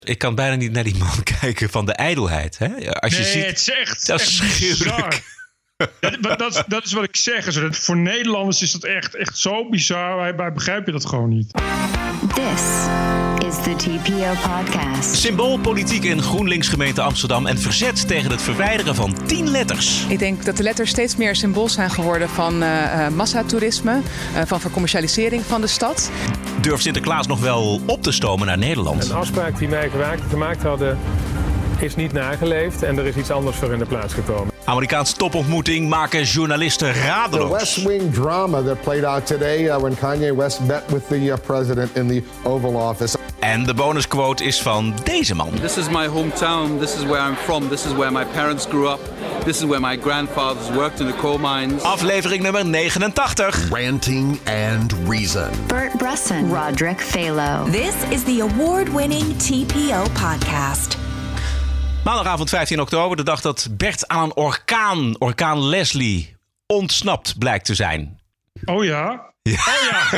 Ik kan bijna niet naar die man kijken van de ijdelheid. Hè? Als je ziet, het is echt, dat is bizar. Dat is wat ik zeg. Voor Nederlanders is dat echt zo bizar. Wij begrijpen dat gewoon niet. This is the TPO podcast. Symboolpolitiek in GroenLinks gemeente Amsterdam en verzet tegen het verwijderen van 10 letters. Ik denk dat de letters steeds meer symbool zijn geworden van massatoerisme, van vercommercialisering van de stad. Durft Sinterklaas nog wel op te stomen naar Nederland? Een afspraak die wij gemaakt hadden is niet nageleefd en er is iets anders voor in de plaats gekomen. Amerikaanse topontmoeting maken journalisten radeloos. The West Wing drama that played out today when Kanye West met with the president in the Oval Office. En de bonusquote is van deze man. This is my hometown. This is where I'm from. This is where my parents grew up. This is where my grandfathers worked in the coal mines. Aflevering nummer 89. Ranting and Reason. Bert Bresson. Roderick Phalo. This is the award-winning TPO podcast. Maandagavond 15 oktober, de dag dat Bert aan een orkaan Leslie, ontsnapt blijkt te zijn. Oh ja? Ja. Oh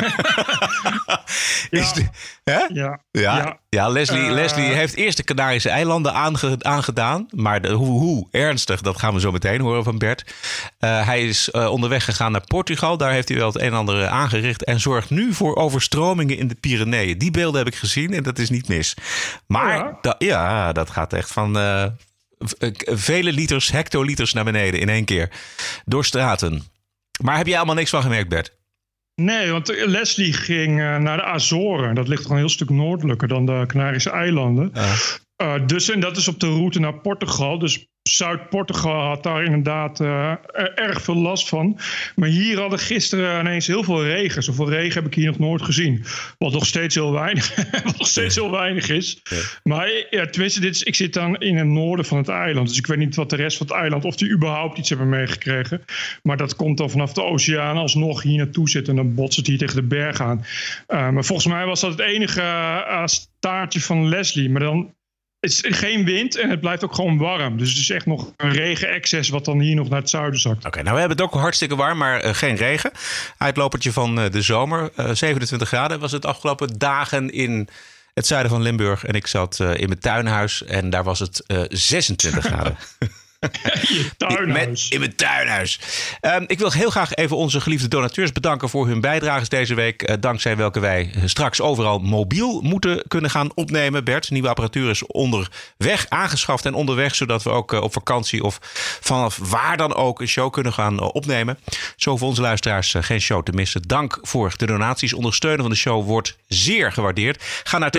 ja. Ja, Leslie heeft eerst de Canarische eilanden aangedaan. Maar hoe ernstig, dat gaan we zo meteen horen van Bert. Hij is onderweg gegaan naar Portugal. Daar heeft hij wel het een en ander aangericht. En zorgt nu voor overstromingen in de Pyreneeën. Die beelden heb ik gezien en dat is niet mis. Maar dat gaat echt van vele liters, hectoliters naar beneden in één keer. Door straten. Maar heb jij allemaal niks van gemerkt, Bert? Nee, want Leslie ging naar de Azoren. Dat ligt gewoon een heel stuk noordelijker dan de Canarische eilanden. En dat is op de route naar Portugal. Dus Zuid-Portugal had daar inderdaad erg veel last van. Maar hier hadden gisteren ineens heel veel regen. Zoveel regen heb ik hier nog nooit gezien. Wat nog steeds heel weinig is. Ja. Maar tenminste, ik zit dan in het noorden van het eiland. Dus ik weet niet wat de rest van het eiland, of die überhaupt iets hebben meegekregen. Maar dat komt dan vanaf de oceaan alsnog hier naartoe zitten. En dan botst het hier tegen de berg aan. Maar volgens mij was dat het enige staartje van Leslie. Maar dan... Het is geen wind en het blijft ook gewoon warm. Dus het is echt nog een regen-excess wat dan hier nog naar het zuiden zakt. Oké, nou we hebben het ook hartstikke warm, maar geen regen. Uitlopertje van de zomer. 27 graden was het afgelopen dagen in het zuiden van Limburg. En ik zat in mijn tuinhuis en daar was het 26 graden. In mijn tuinhuis. Ik wil heel graag even onze geliefde donateurs bedanken voor hun bijdrages deze week. Dankzij welke wij straks overal mobiel moeten kunnen gaan opnemen. Bert, nieuwe apparatuur is onderweg aangeschaft en onderweg. Zodat we ook op vakantie of vanaf waar dan ook een show kunnen gaan opnemen. Zo voor onze luisteraars geen show te missen. Dank voor de donaties. Ondersteunen van de show wordt zeer gewaardeerd. Ga naar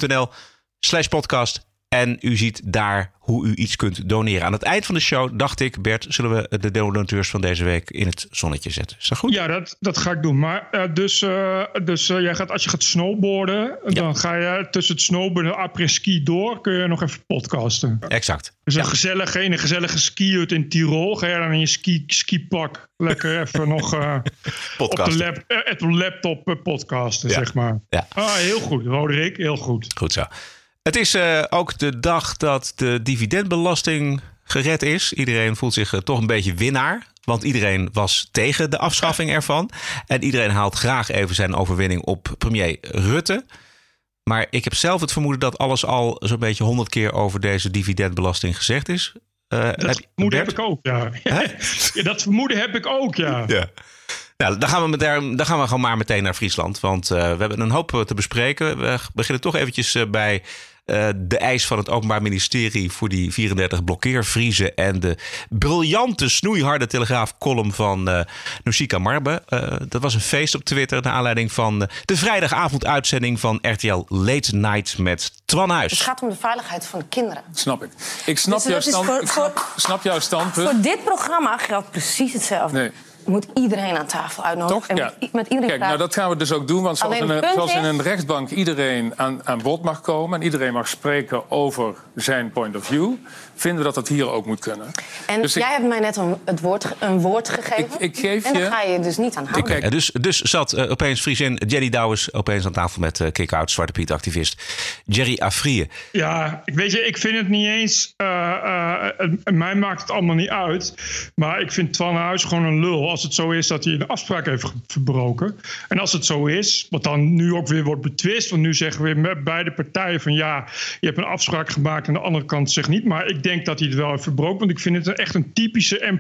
tpo.nl/podcast. En u ziet daar hoe u iets kunt doneren. Aan het eind van de show dacht ik, Bert, zullen we de donateurs van deze week in het zonnetje zetten. Is dat goed? Ja, dat ga ik doen. Maar dus jij gaat, als je gaat snowboarden, dan ga je tussen het snowboarden en après-ski door, kun je nog even podcasten. Exact. Dus in een gezellige skihut in Tirol ga je dan in je skipak lekker even nog op de laptop podcasten, zeg maar. Ja. Heel goed, Roderick, heel goed. Goed zo. Het is ook de dag dat de dividendbelasting gered is. Iedereen voelt zich toch een beetje winnaar. Want iedereen was tegen de afschaffing ervan. En iedereen haalt graag even zijn overwinning op premier Rutte. Maar ik heb zelf het vermoeden dat alles al zo'n beetje 100 keer over deze dividendbelasting gezegd is. Dat vermoeden heb ik ook, ja. Dat vermoeden heb ik ook, ja. Nou, dan gaan we gewoon maar meteen naar Friesland. Want we hebben een hoop te bespreken. We beginnen toch eventjes bij de eis van het Openbaar Ministerie voor die 34 blokkeervriezen en de briljante snoeiharde Telegraaf-column van Nushika Marbe. Dat was een feest op Twitter naar aanleiding van de vrijdagavond-uitzending van RTL Late Night met Twan Huis. Het gaat om de veiligheid van de kinderen. Snap ik. Ik snap jouw standpunt. Voor dit programma geldt precies hetzelfde. Nee. Je moet iedereen aan tafel uitnodigen. Toch? En met iedereen Kijk, nou, dat gaan we dus ook doen. Want zoals in een rechtbank iedereen aan bod mag komen... en iedereen mag spreken over zijn point of view... vinden we dat hier ook moet kunnen. En dus jij hebt mij net een woord gegeven. Ik geef en daar ga je dus niet aan houden. Dus zat opeens Friesin Jenny Douwes opeens aan tafel met kick-out Zwarte Piet-activist Jerry Afrië. Ja, ik vind het niet eens... mij maakt het allemaal niet uit. Maar ik vind Twan Huis gewoon een lul. als het zo is dat hij een afspraak heeft verbroken. En als het zo is, wat dan nu ook weer wordt betwist. Want nu zeggen we met beide partijen van ja, je hebt een afspraak gemaakt en de andere kant zegt niet. Maar ik denk dat hij het wel heeft verbroken. Want ik vind het echt een typische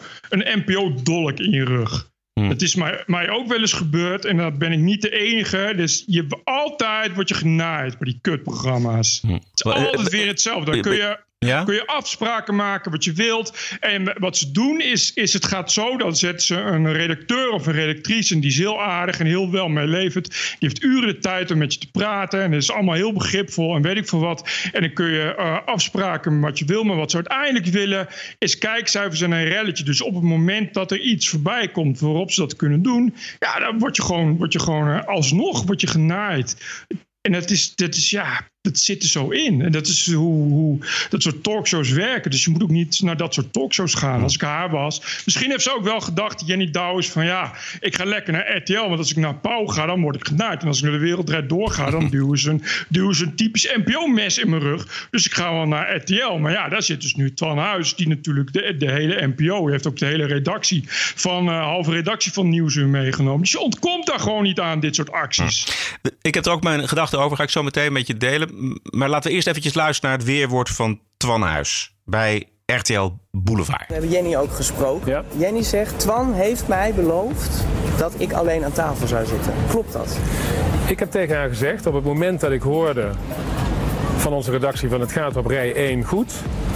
NPO-dolk in je rug. Het is mij ook wel eens gebeurd en dat ben ik niet de enige. Dus altijd word je genaaid bij die kutprogramma's. Het is altijd weer hetzelfde. Dan kun je afspraken maken wat je wilt. En wat ze doen is het gaat zo. Dan zetten ze een redacteur of een redactrice en die is heel aardig en heel wel meelevend. Die heeft uren de tijd om met je te praten. En dat is allemaal heel begripvol en weet ik veel wat. En dan kun je afspraken wat je wil. Maar wat ze uiteindelijk willen is kijkcijfers en een relletje. Dus op het moment dat er iets voorbij komt waarop ze dat kunnen doen. Ja, dan word je gewoon alsnog genaaid. En dat zit er zo in. En dat is hoe dat soort talkshows werken. Dus je moet ook niet naar dat soort talkshows gaan. Als ik haar was. Misschien heeft ze ook wel gedacht, Jenny Douwes, van ja, ik ga lekker naar RTL. Want als ik naar Pauw ga, dan word ik genaaid. En als ik naar de Wereld Draait Door ga, dan duwen ze een typisch NPO-mes in mijn rug. Dus ik ga wel naar RTL. Maar ja, daar zit dus nu Twan Huis, die natuurlijk de hele NPO heeft ook de hele redactie van halve redactie van Nieuwsuur meegenomen. Dus je ontkomt daar gewoon niet aan dit soort acties. Ik heb er ook mijn gedachten over. Ga ik zo meteen met je delen. Maar laten we eerst eventjes luisteren naar het weerwoord van Twan Huis bij RTL Boulevard. We hebben Jenny ook gesproken. Ja. Jenny zegt, Twan heeft mij beloofd dat ik alleen aan tafel zou zitten. Klopt dat? Ik heb tegen haar gezegd, op het moment dat ik hoorde van onze redactie van het gaat op rij 1 goed.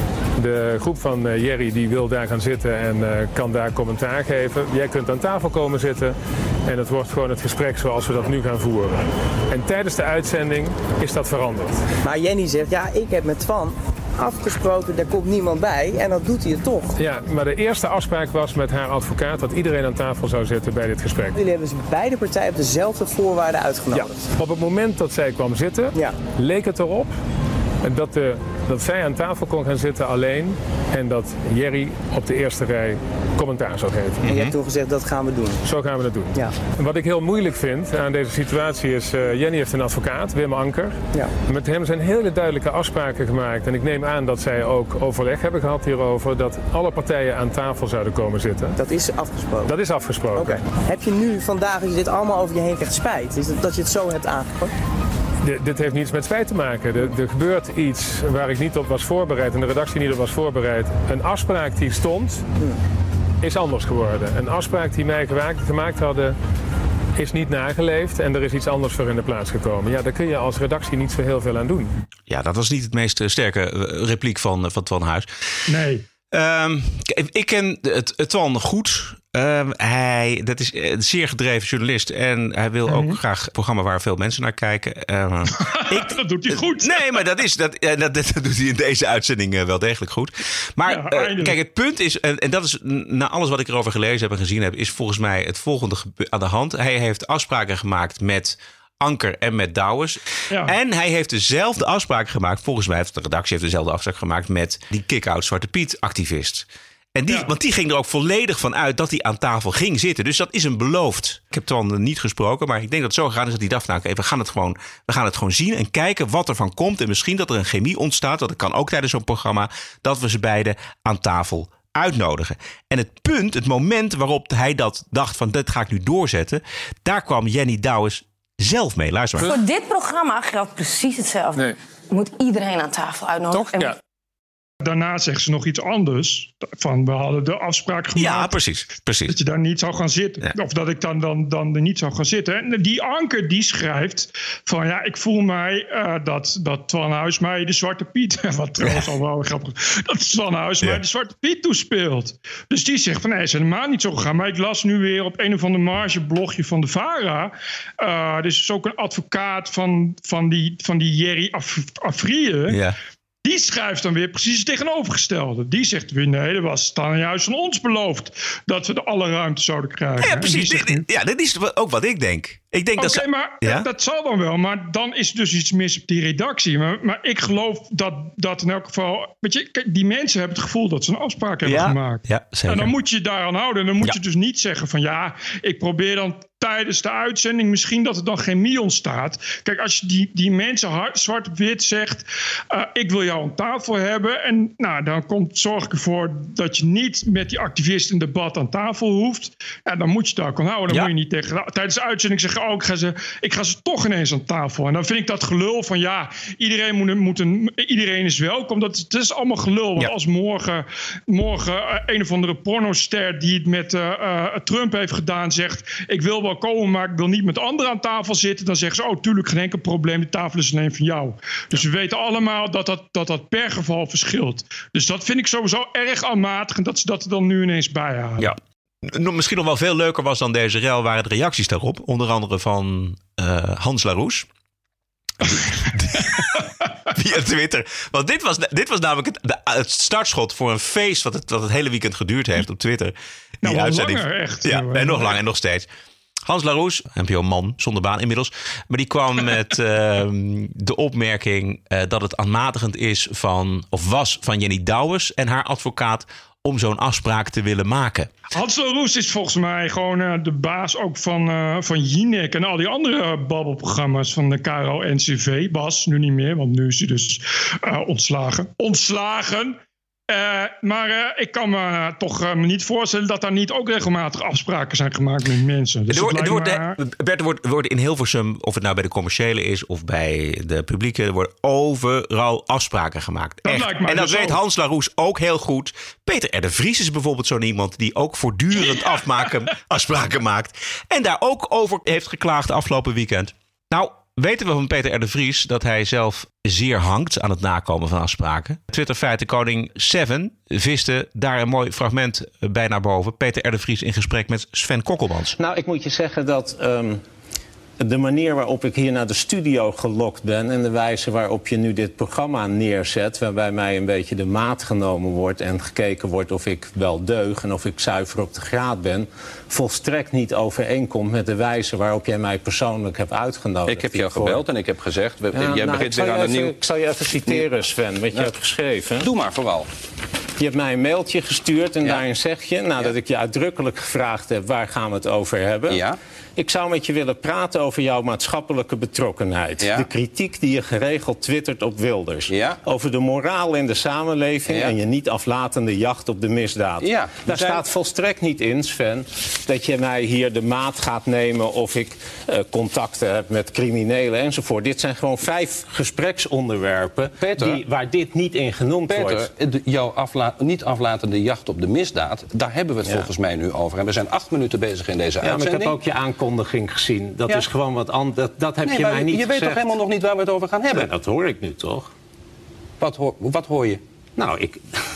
De groep van Jerry die wil daar gaan zitten en kan daar commentaar geven. Jij kunt aan tafel komen zitten en het wordt gewoon het gesprek zoals we dat nu gaan voeren. En tijdens de uitzending is dat veranderd. Maar Jenny zegt, ja, ik heb met Twan afgesproken, daar komt niemand bij en dat doet hij het toch. Ja, maar de eerste afspraak was met haar advocaat dat iedereen aan tafel zou zitten bij dit gesprek. Jullie hebben dus beide partijen op dezelfde voorwaarden uitgenodigd. Ja. Op het moment dat zij kwam zitten, leek het erop dat zij aan tafel kon gaan zitten alleen en dat Jerry op de eerste rij commentaar zou geven. En je hebt toen gezegd, dat gaan we doen. Zo gaan we dat doen. Ja. En wat ik heel moeilijk vind aan deze situatie is, Jenny heeft een advocaat, Wim Anker. Ja. Met hem zijn hele duidelijke afspraken gemaakt en ik neem aan dat zij ook overleg hebben gehad hierover, dat alle partijen aan tafel zouden komen zitten. Dat is afgesproken? Dat is afgesproken. Okay. Heb je nu vandaag, als je dit allemaal over je heen krijgt, spijt? Is dat je het zo hebt aangepakt? Dit heeft niets met spijt te maken. Er gebeurt iets waar ik niet op was voorbereid en de redactie niet op was voorbereid. Een afspraak die stond, is anders geworden. Een afspraak die mij gemaakt hadden, is niet nageleefd en er is iets anders voor in de plaats gekomen. Ja, daar kun je als redactie niet zo heel veel aan doen. Ja, dat was niet het meest sterke repliek van Twan Huis. Nee. Ik ken Twan goed. Dat is een zeer gedreven journalist. En hij wil ook graag een programma waar veel mensen naar kijken. Dat doet hij goed. Nee, maar dat doet hij in deze uitzending wel degelijk goed. Maar kijk, het punt is, en dat is na alles wat ik erover gelezen heb en gezien heb, is volgens mij het volgende aan de hand. Hij heeft afspraken gemaakt met Anker en met Douwes. Ja. En hij heeft dezelfde afspraak gemaakt, volgens mij heeft de redactie dezelfde afspraak gemaakt met die kick-out Zwarte Piet activist. En want die ging er ook volledig van uit dat hij aan tafel ging zitten. Dus dat is hem beloofd. Ik heb Twan niet gesproken, maar ik denk dat het zo gegaan is dat hij dacht, nou, we gaan het gewoon zien en kijken wat er van komt. En misschien dat er een chemie ontstaat, dat kan ook tijdens zo'n programma, dat we ze beiden aan tafel uitnodigen. En het moment waarop hij dat dacht van, dit ga ik nu doorzetten, daar kwam Jenny Douwes zelf mee. Luister maar. Voor dit programma geldt precies hetzelfde. Nee. Je moet iedereen aan tafel uitnodigen. Toch? Ja. Daarna zeggen ze nog iets anders. Van, we hadden de afspraak gemaakt. Ja, precies. Dat je daar niet zou gaan zitten. Ja. Of dat ik dan er niet zou gaan zitten. En die Anker die schrijft van, ja, ik voel mij dat Twan Huis mij de Zwarte Piet, wat trouwens al wel grappig, dat Twan Huis mij de Zwarte Piet toespeelt. Dus die zegt van, nee, is helemaal niet zo gegaan. Maar ik las nu weer op een of ander margeblogje van de VARA. Dus is ook een advocaat van die Jerry Afrië. Ja. Die schrijft dan weer precies het tegenovergestelde. Die zegt weer, nee, dat was dan juist van ons beloofd dat we alle ruimte zouden krijgen. Ja, precies. Dit is ook wat ik denk. Ik denk dat zal dan wel. Maar dan is dus iets mis op die redactie. Maar ik geloof dat in elk geval... Weet je, die mensen hebben het gevoel dat ze een afspraak hebben gemaakt. Ja, zeker. En dan moet je je daaraan houden. En dan moet je dus niet zeggen van... ik probeer dan tijdens de uitzending... misschien dat er dan chemie ontstaat. Kijk, als je die mensen zwart op wit zegt... ik wil jou aan tafel hebben... en dan zorg ik ervoor dat je niet met die activisten in debat aan tafel hoeft. En dan moet je daar kan houden. Dan moet je niet tijdens de uitzending zeggen... ik ga ze toch ineens aan tafel. En dan vind ik dat gelul van... iedereen is welkom. Dat is allemaal gelul. Want als morgen een of andere pornoster... die het met Trump heeft gedaan zegt... ik wil wel komen, maar ik wil niet met anderen aan tafel zitten... dan zeggen ze, tuurlijk, geen enkel probleem... de tafel is alleen van jou. Dus we weten allemaal dat per geval verschilt. Dus dat vind ik sowieso erg aanmatigend... dat ze dat er dan nu ineens bij halen. Ja. Misschien nog wel veel leuker was dan deze rel... waren de reacties daarop. Onder andere van Hans Laroes. Via Twitter. Want dit was namelijk het startschot voor een feest... wat het hele weekend geduurd heeft op Twitter. Die uitzending. Langer, echt. Ja, en nog langer en nog steeds. Hans Laroes, NPO-man, zonder baan inmiddels... maar die kwam met de opmerking dat het aanmatigend is was van Jenny Douwes en haar advocaat... om zo'n afspraak te willen maken. Hans Laroes is volgens mij gewoon de baas ook van Jinek... en al die andere babbelprogramma's van de KRO-NCV. Bas, nu niet meer, want nu is hij dus ontslagen. Maar ik kan me toch niet voorstellen... dat daar niet ook regelmatig afspraken zijn gemaakt met mensen. Dus er wordt in Hilversum, of het nou bij de commerciële is... of bij de publieke, er worden overal afspraken gemaakt. En dat weet Hans Laroes ook heel goed. Peter R. de Vries is bijvoorbeeld zo'n iemand... die ook voortdurend afspraken maakt. En daar ook over heeft geklaagd afgelopen weekend. Nou... weten we van Peter R. de Vries dat hij zelf zeer hangt aan het nakomen van afspraken. Twitter-feiten koning Seven viste daar een mooi fragment bij naar boven. Peter R. de Vries in gesprek met Sven Kokkelmans. Nou, ik moet je zeggen dat de manier waarop ik hier naar de studio gelokt ben... en de wijze waarop je nu dit programma neerzet... waarbij mij een beetje de maat genomen wordt en gekeken wordt... of ik wel deug en of ik zuiver op de graad ben... volstrekt niet overeenkomt met de wijze waarop jij mij persoonlijk hebt uitgenodigd. Ik heb jou gebeld en ik heb gezegd... jij begint weer aan een nieuw... Ik zal je even citeren, Sven, wat je hebt geschreven. Doe maar vooral. Je hebt mij een mailtje gestuurd en daarin zeg je... nadat ik je uitdrukkelijk gevraagd heb, waar gaan we het over hebben... Ja. Ik zou met je willen praten over jouw maatschappelijke betrokkenheid. Ja. De kritiek die je geregeld twittert op Wilders. Ja. Over de moraal in de samenleving en je niet aflatende jacht op de misdaad. Ja. Daar staat volstrekt niet in, Sven, dat je mij hier de maat gaat nemen... of ik contacten heb met criminelen enzovoort. Dit zijn gewoon 5 gespreksonderwerpen waar dit niet in genoemd wordt. Jouw niet aflatende jacht op de misdaad, daar hebben we het volgens mij nu over. En we zijn 8 minuten bezig in deze uitzending. Maar ik heb ook je aankondiging gezien. Dat is gewoon wat anders. Dat heb je mij niet gezegd. Je weet toch helemaal nog niet waar we het over gaan hebben? Nee, dat hoor ik nu toch. Wat hoor je? Nou, Nee,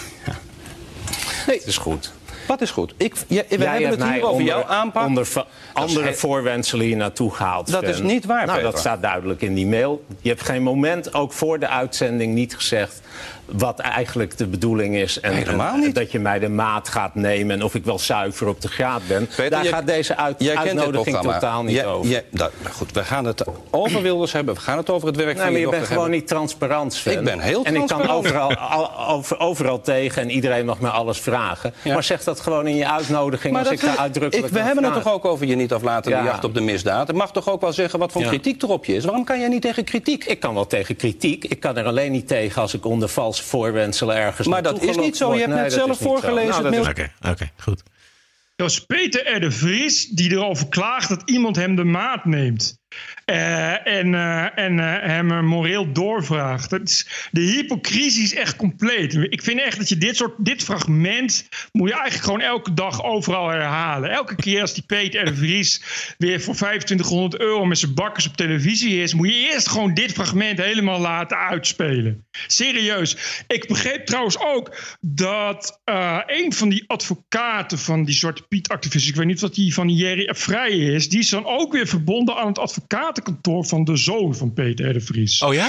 het is goed. Wat is goed? We hebben het hier over jouw aanpak. Onder andere voorwendselen hier naartoe gehaald. Dat is niet waar, Peter. Dat staat duidelijk in die mail. Je hebt geen moment, ook voor de uitzending, niet gezegd... wat eigenlijk de bedoeling is. En dat je mij de maat gaat nemen... en of ik wel zuiver op de graad ben. Peter, daar gaat deze uitnodiging totaal niet over. Goed, we gaan het over Wilders hebben. We gaan het over het werk van je dochter hebben. Je bent gewoon niet transparant, Sven. Ik ben heel transparant. En ik kan overal tegen en iedereen mag me alles vragen. Ja. Maar zeg dat gewoon in je uitnodiging maar als ik daar uitdrukkelijk we hebben het toch ook over je niet aflatende jacht op de misdaad. Het mag toch ook wel zeggen wat voor kritiek erop je is. Waarom kan jij niet tegen kritiek? Ik kan wel tegen kritiek. Ik kan er alleen niet tegen als ik onder valse voorwendselen ergens... Maar dat is niet zo. Je hebt net zelf voorgelezen. Oké, goed. Dat was Peter R. de Vries die erover klaagt dat iemand hem de maat neemt. En hem moreel doorvraagt. De hypocrisie is echt compleet. Ik vind echt dat je dit fragment... moet je eigenlijk gewoon elke dag overal herhalen. Elke keer als die Peter R. de Vries... weer voor €2500 met zijn bakkers op televisie is... moet je eerst gewoon dit fragment helemaal laten uitspelen. Serieus. Ik begreep trouwens ook dat een van die advocaten... van die Zwarte Piet-activisten... ik weet niet of die van Jerry Vrij is... die is dan ook weer verbonden aan het advocatenkantoor van de zoon van Peter R. de Vries. Oh ja?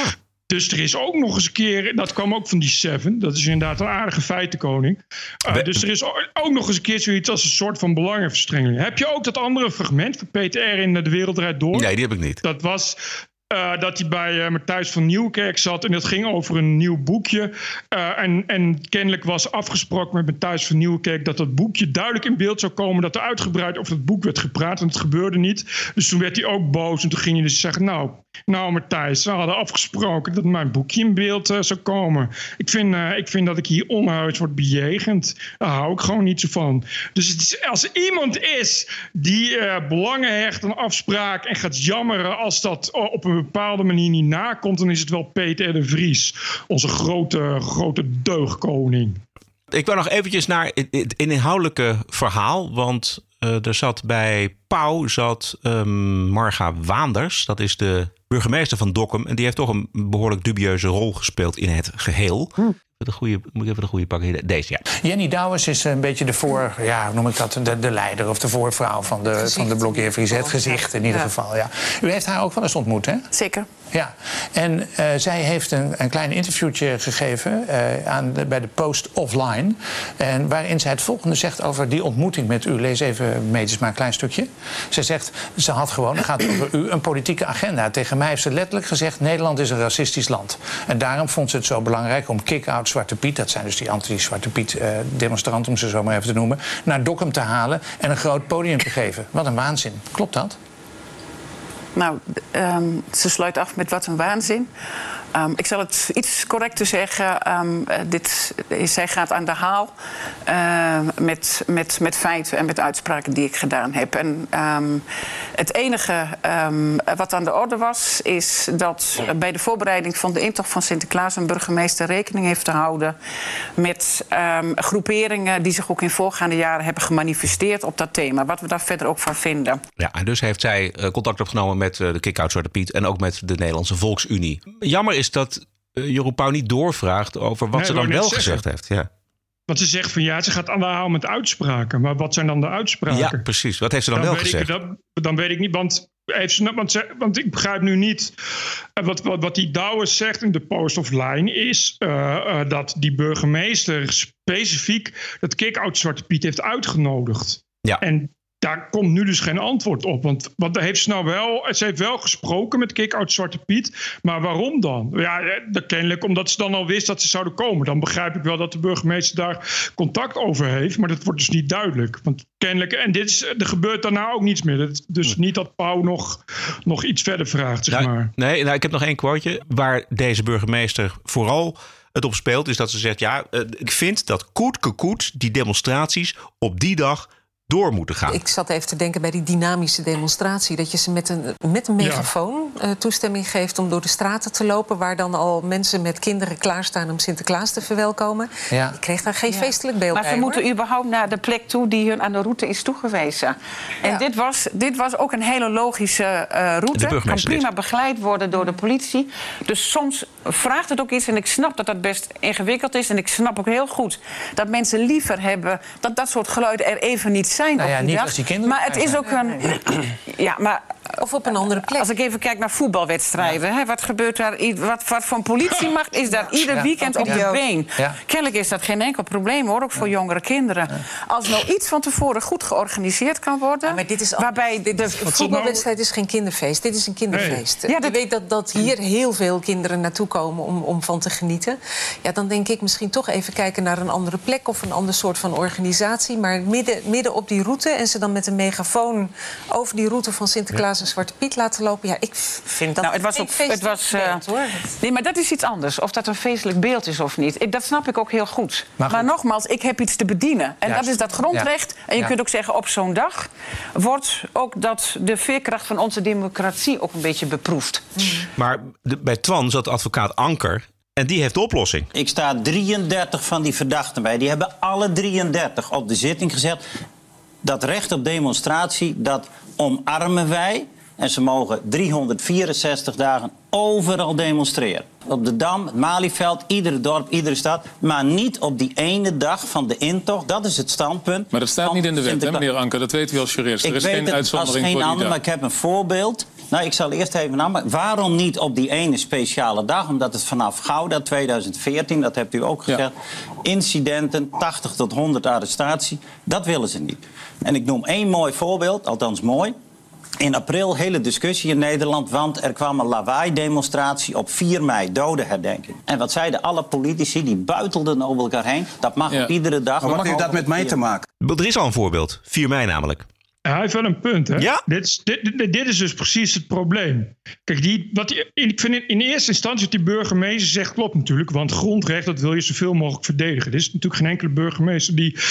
Dus er is ook nog eens een keer, dat kwam ook van die Seven. Dat is inderdaad een aardige feitenkoning. Dus er is ook nog eens een keer zoiets als een soort van belangenverstrengeling. Heb je ook dat andere fragment van Peter R. in De Wereld Draait Door? Nee, die heb ik niet. Dat was dat hij bij Matthijs van Nieuwkerk zat. En dat ging over een nieuw boekje. En kennelijk was afgesproken met Matthijs van Nieuwkerk dat dat boekje duidelijk in beeld zou komen. Dat er uitgebreid over het boek werd gepraat. En het gebeurde niet. Dus toen werd hij ook boos. En toen ging hij dus zeggen, nou Matthijs, ze hadden afgesproken dat mijn boekje in beeld zou komen. Ik vind dat ik hier onhuis word bejegend. Daar hou ik gewoon niet zo van. Dus het is, als iemand is die belangen hecht aan afspraak en gaat jammeren als dat op een bepaalde manier niet nakomt, dan is het wel Peter R. de Vries. Onze grote deugdkoning. Ik wil nog eventjes naar het inhoudelijke verhaal, want er zat bij Pauw Marga Waanders. Dat is de burgemeester van Dokkum. En die heeft toch een behoorlijk dubieuze rol gespeeld in het geheel. Moet ik even de goede pakken? Deze, ja. Jenny Douwes is een beetje hoe noem ik dat? De leider of de voorvrouw van de blokheer Vries. Het gezicht in ieder geval, ja. U heeft haar ook wel eens ontmoet, hè? Zeker. Ja, en zij heeft een klein interviewtje gegeven bij de Post Offline. En waarin zij het volgende zegt over die ontmoeting met u. Lees even medisch maar een klein stukje. Ze zegt, het gaat over u, een politieke agenda. Tegen mij heeft ze letterlijk gezegd, Nederland is een racistisch land. En daarom vond ze het zo belangrijk om kick-out Zwarte Piet, dat zijn dus die anti-Zwarte Piet demonstranten, om ze zo maar even te noemen, naar Dokkum te halen en een groot podium te geven. Wat een waanzin. Klopt dat? Nou, ze sluit af met wat een waanzin. Ik zal het iets correcter zeggen. Zij gaat aan de haal met feiten en met uitspraken die ik gedaan heb. En het enige wat aan de orde was, is dat bij de voorbereiding van de intocht van Sinterklaas een burgemeester rekening heeft te houden met groeperingen die zich ook in voorgaande jaren hebben gemanifesteerd op dat thema. Wat we daar verder ook van vinden. Ja, en dus heeft zij contact opgenomen met de kick-out Zwarte Piet en ook met de Nederlandse Volksunie. Jammer is dat Jeroen Pauw niet doorvraagt over wat ze dan wel gezegd heeft. Ja. Want ze zegt van ze gaat aan de haal met uitspraken. Maar wat zijn dan de uitspraken? Ja, precies. Wat heeft ze dan wel gezegd? Dan weet ik niet, want ik begrijp nu niet wat die Douwes zegt in de Post Offline is dat die burgemeester specifiek dat kick-out Zwarte Piet heeft uitgenodigd. Ja. En daar komt nu dus geen antwoord op. Want heeft ze heeft wel gesproken met kick-out Zwarte Piet. Maar waarom dan? Ja, kennelijk omdat ze dan al wist dat ze zouden komen. Dan begrijp ik wel dat de burgemeester daar contact over heeft. Maar dat wordt dus niet duidelijk. Want kennelijk, en er gebeurt daarna ook niets meer. Dus niet dat Pauw nog iets verder vraagt, zeg maar. Nee, ik heb nog één quoteje. Waar deze burgemeester vooral het op speelt, is dat ze zegt, ik vind dat koet die demonstraties op die dag door moeten gaan. Ik zat even te denken bij die dynamische demonstratie, dat je ze met een megafoon toestemming geeft om door de straten te lopen, waar dan al mensen met kinderen klaarstaan om Sinterklaas te verwelkomen. Ja. Ik kreeg daar geen feestelijk beeld bij. Maar ze moeten überhaupt naar de plek toe die hun aan de route is toegewezen. En dit was ook een hele logische route. Kan prima begeleid worden door de politie. Dus soms vraagt het ook iets, en ik snap dat dat best ingewikkeld is, en ik snap ook heel goed dat mensen liever hebben dat soort geluiden er even niet zijn op die niet dag. Als die kinderen maar het is ook een... Ja, maar of op een andere plek. Als ik even kijk naar voetbalwedstrijden. Wat gebeurt daar? Wat voor politiemacht is daar ieder weekend op je been? Ja. Kennelijk is dat geen enkel probleem, hoor. Ook voor jongere kinderen. Als nou iets van tevoren goed georganiseerd kan worden. Maar dit is de voetbalwedstrijd is geen kinderfeest. Dit is een kinderfeest. Nee. Je weet dat hier heel veel kinderen naartoe komen om van te genieten. Ja, dan denk ik misschien toch even kijken naar een andere plek of een ander soort van organisatie. Maar midden op die route en ze dan met een megafoon over die route van Sinterklaas en Zwarte Piet laten lopen. Ja, ik vind dat nee, maar dat is iets anders. Of dat een feestelijk beeld is of niet. Dat snap ik ook heel goed. Maar nogmaals, ik heb iets te bedienen. En dat is dat grondrecht. Ja. En je kunt ook zeggen, op zo'n dag wordt ook de veerkracht van onze democratie ook een beetje beproefd. Maar bij Twan zat advocaat Anker. En die heeft de oplossing. Ik sta 33 van die verdachten bij. Die hebben alle 33 op de zitting gezet. Dat recht op demonstratie, dat omarmen wij. En ze mogen 364 dagen overal demonstreren. Op de Dam, het Malieveld, iedere dorp, iedere stad. Maar niet op die ene dag van de intocht. Dat is het standpunt. Maar dat staat niet in de wet, hè, meneer Anker? Dat weet u als jurist. Er is geen uitzondering voor die dag. Maar ik heb een voorbeeld. Nou, ik zal eerst even aan. Waarom niet op die ene speciale dag? Omdat het vanaf Gouda 2014, dat hebt u ook gezegd... incidenten, 80 tot 100 arrestaties, dat willen ze niet. En ik noem 1 mooi voorbeeld, althans mooi... In april hele discussie in Nederland, want er kwam een lawaai-demonstratie op 4 mei, dodenherdenking. En wat zeiden alle politici, die buitelden over elkaar heen, dat mag op iedere dag. Maar wat heeft dat met mij te maken? Er is al een voorbeeld, 4 mei namelijk. Hij heeft wel een punt, hè? Ja? Dit is dus precies het probleem. Kijk, ik vind in eerste instantie wat die burgemeester zegt klopt natuurlijk. Want grondrecht, dat wil je zoveel mogelijk verdedigen. Er is natuurlijk geen enkele burgemeester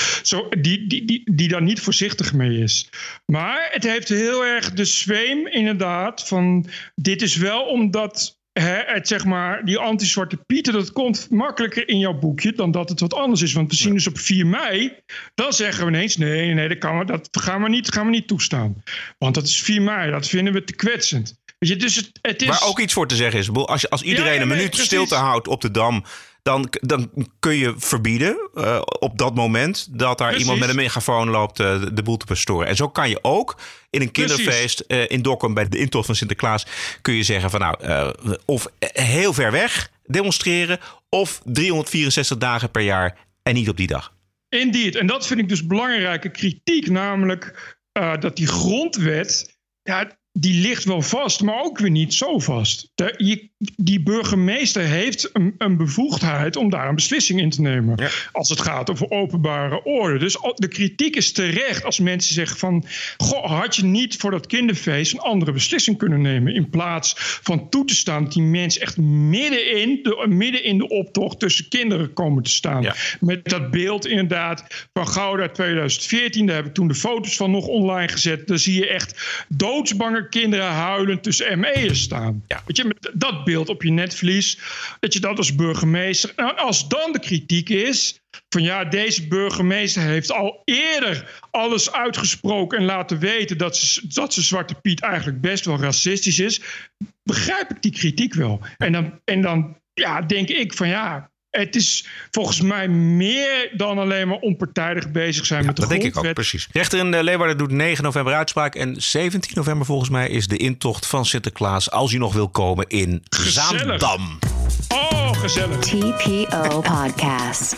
die daar niet voorzichtig mee is. Maar het heeft heel erg de zweem inderdaad van... dit is wel omdat... zeg maar, die anti-Zwarte Pieten, dat komt makkelijker in jouw boekje dan dat het wat anders is. Want we zien dus op 4 mei, dan zeggen we ineens... nee, dat gaan we niet toestaan. Want dat is 4 mei, dat vinden we te kwetsend. Weet je, dus het is... Waar ook iets voor te zeggen is, als iedereen een minuut stilte houdt op de Dam... Dan kun je verbieden op dat moment dat daar iemand met een megafoon loopt de boel te bestoren. En zo kan je ook in een kinderfeest in Dokkum bij de intocht van Sinterklaas kun je zeggen van of heel ver weg demonstreren of 364 dagen per jaar en niet op die dag. Indeed. En dat vind ik dus belangrijke kritiek, namelijk dat die grondwet... die ligt wel vast, maar ook weer niet zo vast. Die burgemeester heeft een bevoegdheid om daar een beslissing in te nemen. Ja. Als het gaat over openbare orde. Dus de kritiek is terecht als mensen zeggen van... had je niet voor dat kinderfeest een andere beslissing kunnen nemen... in plaats van toe te staan dat die mensen echt midden in de optocht... tussen kinderen komen te staan. Ja. Met dat beeld inderdaad van Gouda 2014. Daar heb ik toen de foto's van nog online gezet. Daar zie je echt doodsbange kinderen huilend tussen ME'ers staan. Ja. Weet je, dat beeld op je netvlies, dat je dat als burgemeester... En als dan de kritiek is van deze burgemeester heeft al eerder alles uitgesproken... en laten weten dat ze Zwarte Piet eigenlijk best wel racistisch is... begrijp ik die kritiek wel. En dan denk ik van het is volgens mij meer dan alleen maar onpartijdig bezig zijn met de grondwet. Dat denk ik ook, precies. Rechter in Leeuwarden doet 9 november uitspraak. En 17 november volgens mij is de intocht van Sinterklaas... als hij nog wil komen in Zaandam. Oh, gezellig. TPO Podcast.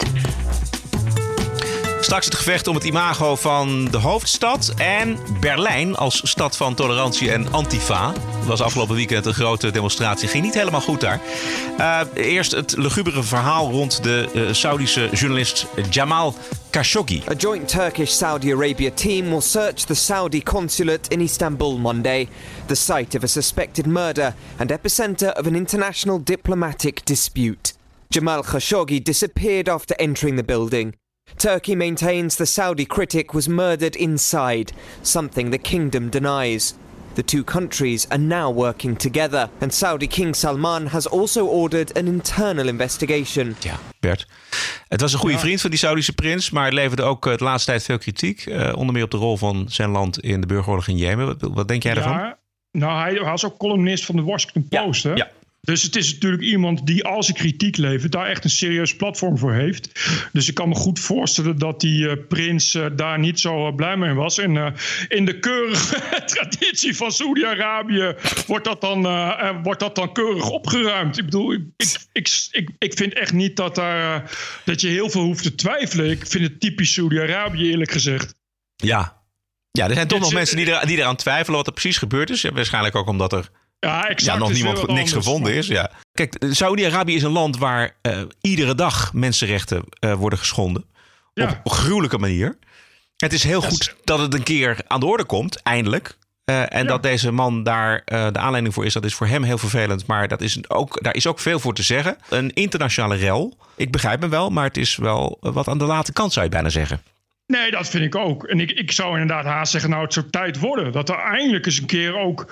Straks het gevecht om het imago van de hoofdstad en Berlijn als stad van tolerantie en antifa. Het was afgelopen weekend een grote demonstratie. Ging niet helemaal goed daar. Eerst het lugubere verhaal rond de Saudische journalist Jamal Khashoggi. A joint Turkish-Saudi Arabia team will search the Saudi consulate in Istanbul Monday, the site of a suspected murder and epicenter of an international diplomatic dispute. Jamal Khashoggi disappeared after entering the building. Turkey maintains the Saudi critic was murdered inside, something the kingdom denies. The two countries are now working together, and Saudi King Salman has also ordered an internal investigation. Ja, Bert. Het was een goede vriend van die Saudische prins, maar het leverde ook de laatste tijd veel kritiek. Onder meer op de rol van zijn land in de burgeroorlog in Jemen. Wat denk jij daarvan? Nou, hij was ook columnist van de Washington Post, hè? Ja. Dus het is natuurlijk iemand die als hij kritiek levert... daar echt een serieus platform voor heeft. Dus ik kan me goed voorstellen dat die prins daar niet zo blij mee was. En in de keurige traditie van Saoedi-Arabië wordt dat dan keurig opgeruimd. Ik bedoel, ik vind echt niet dat je heel veel hoeft te twijfelen. Ik vind het typisch Saoedi-Arabië, eerlijk gezegd. Ja, er zijn toch nog mensen die eraan twijfelen wat er precies gebeurd is. Ja, waarschijnlijk ook omdat er... nog niks gevonden is. Ja. Kijk, Saudi-Arabië is een land waar iedere dag mensenrechten worden geschonden. Op een gruwelijke manier. Het is heel goed dat het een keer aan de orde komt, eindelijk. Dat deze man daar de aanleiding voor is, dat is voor hem heel vervelend. Maar daar is ook veel voor te zeggen. Een internationale rel. Ik begrijp hem wel, maar het is wel wat aan de late kant, zou je bijna zeggen. Nee, dat vind ik ook. En ik zou inderdaad haast zeggen, het zou tijd worden. Dat er eindelijk eens een keer ook...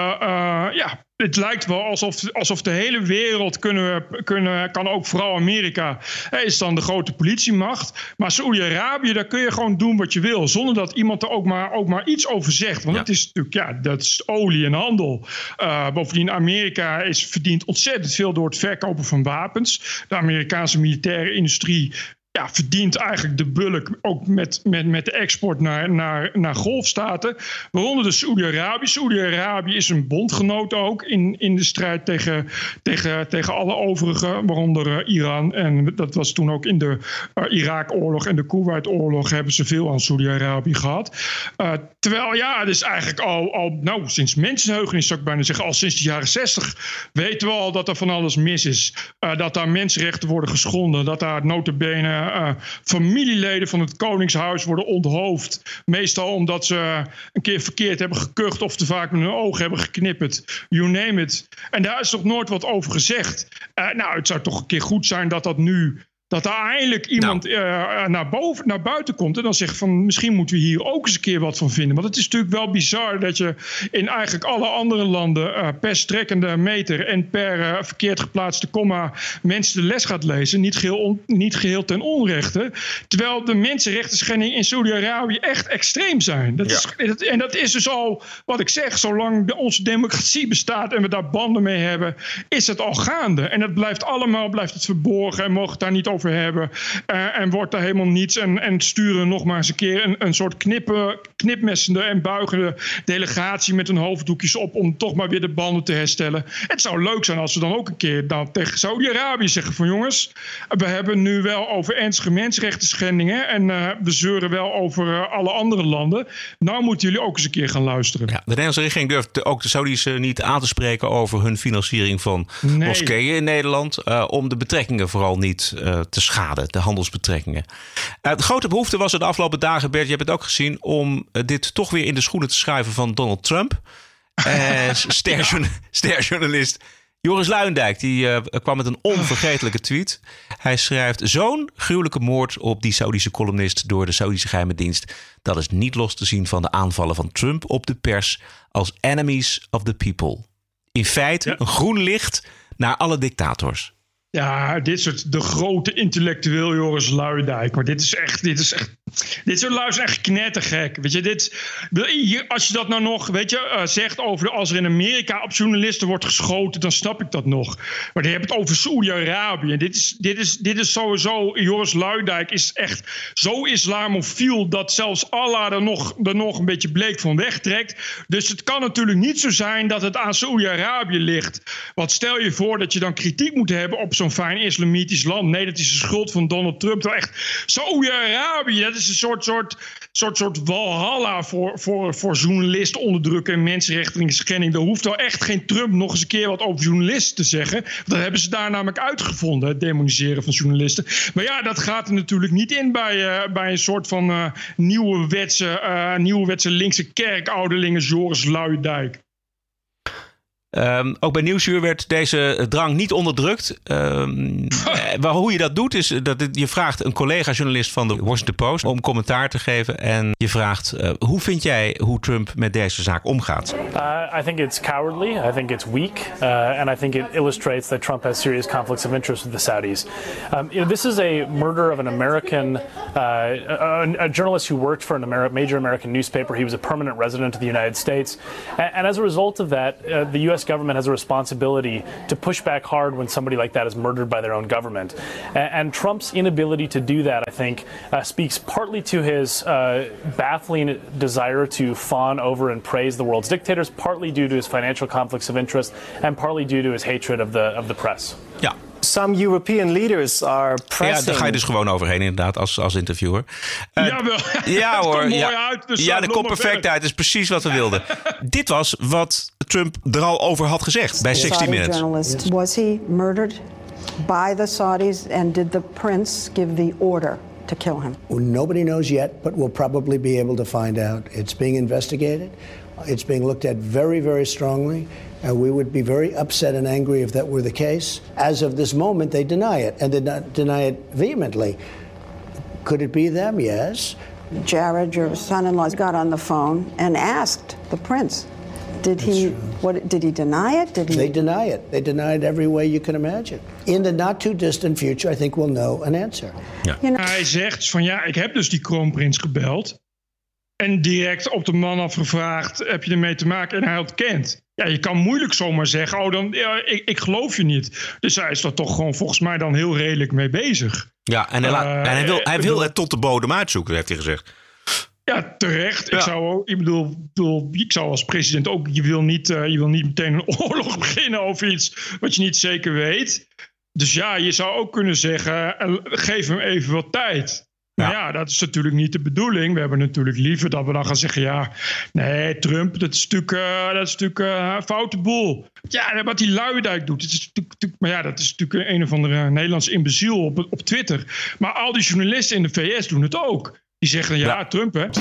het lijkt wel alsof de hele wereld kan ook vooral Amerika... is dan de grote politiemacht. Maar Saoedi-Arabië, daar kun je gewoon doen wat je wil. Zonder dat iemand er ook maar iets over zegt. Want het is natuurlijk, dat is olie en handel. Bovendien, Amerika verdient ontzettend veel door het verkopen van wapens. De Amerikaanse militaire industrie... verdient eigenlijk de bulk ook met de export naar golfstaten. Waaronder de Saoedi-Arabië. Saoedi-Arabië is een bondgenoot ook in de strijd tegen alle overigen, waaronder Iran. En dat was toen ook in de Irak-oorlog en de Kuwait-oorlog hebben ze veel aan Saoedi-Arabië gehad. Terwijl het is eigenlijk al sinds mensenheugenis zou ik bijna zeggen, al sinds de jaren 60 weten we al dat er van alles mis is. Dat daar mensenrechten worden geschonden, dat daar nota bene familieleden van het koningshuis worden onthoofd. Meestal omdat ze een keer verkeerd hebben gekucht of te vaak met hun ogen hebben geknipperd. You name it. En daar is toch nooit wat over gezegd. Het zou toch een keer goed zijn dat er eindelijk iemand naar buiten komt en dan zegt van misschien moeten we hier ook eens een keer wat van vinden. Want het is natuurlijk wel bizar dat je in eigenlijk alle andere landen per strekkende meter en per verkeerd geplaatste komma mensen de les gaat lezen. Niet geheel ten onrechte. Terwijl de mensenrechtenschendingen in Saoedi-Arabië echt extreem zijn. Dat is dus al wat ik zeg. Zolang onze democratie bestaat en we daar banden mee hebben, is het al gaande. En het blijft het verborgen en mogen het daar niet over hebben. En wordt daar helemaal niets. En sturen nog maar eens een keer een soort knipmessende en buigende delegatie met hun hoofddoekjes op om toch maar weer de banden te herstellen. Het zou leuk zijn als we dan ook een keer tegen Saudi-Arabië zeggen van jongens, we hebben nu wel over ernstige mensenrechten schendingen en we zeuren wel over alle andere landen. Nou moeten jullie ook eens een keer gaan luisteren. Ja, de Nederlandse regering durft ook de Saudis niet aan te spreken over hun financiering van moskeeën in Nederland. Om de betrekkingen vooral niet te schaden, de handelsbetrekkingen. De grote behoefte was er de afgelopen dagen, Bert, je hebt het ook gezien, om dit toch weer in de schoenen te schuiven van Donald Trump. Sterjournalist Joris Luijendijk die kwam met een onvergetelijke tweet. Hij schrijft: zo'n gruwelijke moord op die Saudische columnist door de Saudische geheime dienst. Dat is niet los te zien van de aanvallen van Trump op de pers als enemies of the people. In feite een groen licht naar alle dictators. Ja, de grote intellectueel Joris Luijendijk. Maar dit is echt knettergek. Weet je, als je dat nou nog, zegt over als er in Amerika op journalisten wordt geschoten, dan snap ik dat nog. Maar dan heb je het over Saoedi-Arabië. Dit is sowieso, Joris Luijendijk is echt zo islamofiel dat zelfs Allah er nog een beetje bleek van wegtrekt. Dus het kan natuurlijk niet zo zijn dat het aan Saoedi-Arabië ligt. Want stel je voor dat je dan kritiek moet hebben op zo'n fijn islamitisch land. Nee, dat is de schuld van Donald Trump. Wel echt, Saoedi-Arabië, dat is een soort walhalla voor journalisten onderdrukken en mensenrechten schending. Er hoeft wel echt geen Trump nog eens een keer wat over journalisten te zeggen. Dat hebben ze daar namelijk uitgevonden, het demoniseren van journalisten. Maar ja, dat gaat er natuurlijk niet in bij een soort van nieuwe wetse linkse kerkouderlingen Joris Luijendijk. Ook bij Nieuwsuur werd deze drang niet onderdrukt. Hoe je dat doet is dat je vraagt een collega-journalist van de Washington Post om commentaar te geven. En je vraagt, hoe vind jij hoe Trump met deze zaak omgaat? I think it's cowardly. I think it's weak. And I think it illustrates that Trump has serious conflicts of interest with the Saudis. This is a murder of an American, a journalist who worked for a major American newspaper. He was a permanent resident of the United States. And as a result of that, the U.S. government has a responsibility to push back hard when somebody like that is murdered by their own government. And Trump's inability to do that, I think, speaks partly to his baffling desire to fawn over and praise the world's dictators, partly due to his financial conflicts of interest, and partly due to his hatred of the press. Ja. Some European leaders are pressing. Ja, daar ga je dus gewoon overheen inderdaad als interviewer. Ja hoor. Dat komt perfect uit. Dat is precies wat we wilden. Dit was wat Trump er al over had gezegd bij 60 Minutes. Journalist. Was he murdered by the Saudis and did the prince give the order to kill him? Well, nobody knows yet, but we'll probably be able to find out. It's being investigated. It's being looked at very, very strongly. And we would be very upset and angry if that were the case. As of this moment, they deny it, and they deny it vehemently. Could it be them? Yes. Jared, your son-in-law, got on the phone and asked the prince. Did he deny it? They deny it. They deny it every way you can imagine. In the not too distant future, I think we'll know an answer. Ja. Hij zegt van ik heb dus die kroonprins gebeld. En direct op de man afgevraagd, heb je ermee te maken? En hij ontkent. Ja, je kan moeilijk zomaar zeggen, ik geloof je niet. Dus hij is er toch gewoon volgens mij dan heel redelijk mee bezig. Ja, en hij wil het tot de bodem uitzoeken, heeft hij gezegd. Ja, terecht. Ja. Ik zou als president ook... Je wil niet meteen een oorlog beginnen over iets wat je niet zeker weet. Dus ja, je zou ook kunnen zeggen... geef hem even wat tijd. Nou ja, dat is natuurlijk niet de bedoeling. We hebben natuurlijk liever dat we dan gaan zeggen... ja, nee, Trump, dat is natuurlijk een foute boel. Ja, wat die Luijendijk doet... dat is natuurlijk een of andere Nederlands imbeziel op Twitter. Maar al die journalisten in de VS doen het ook. Die zeggen, Trump, hè.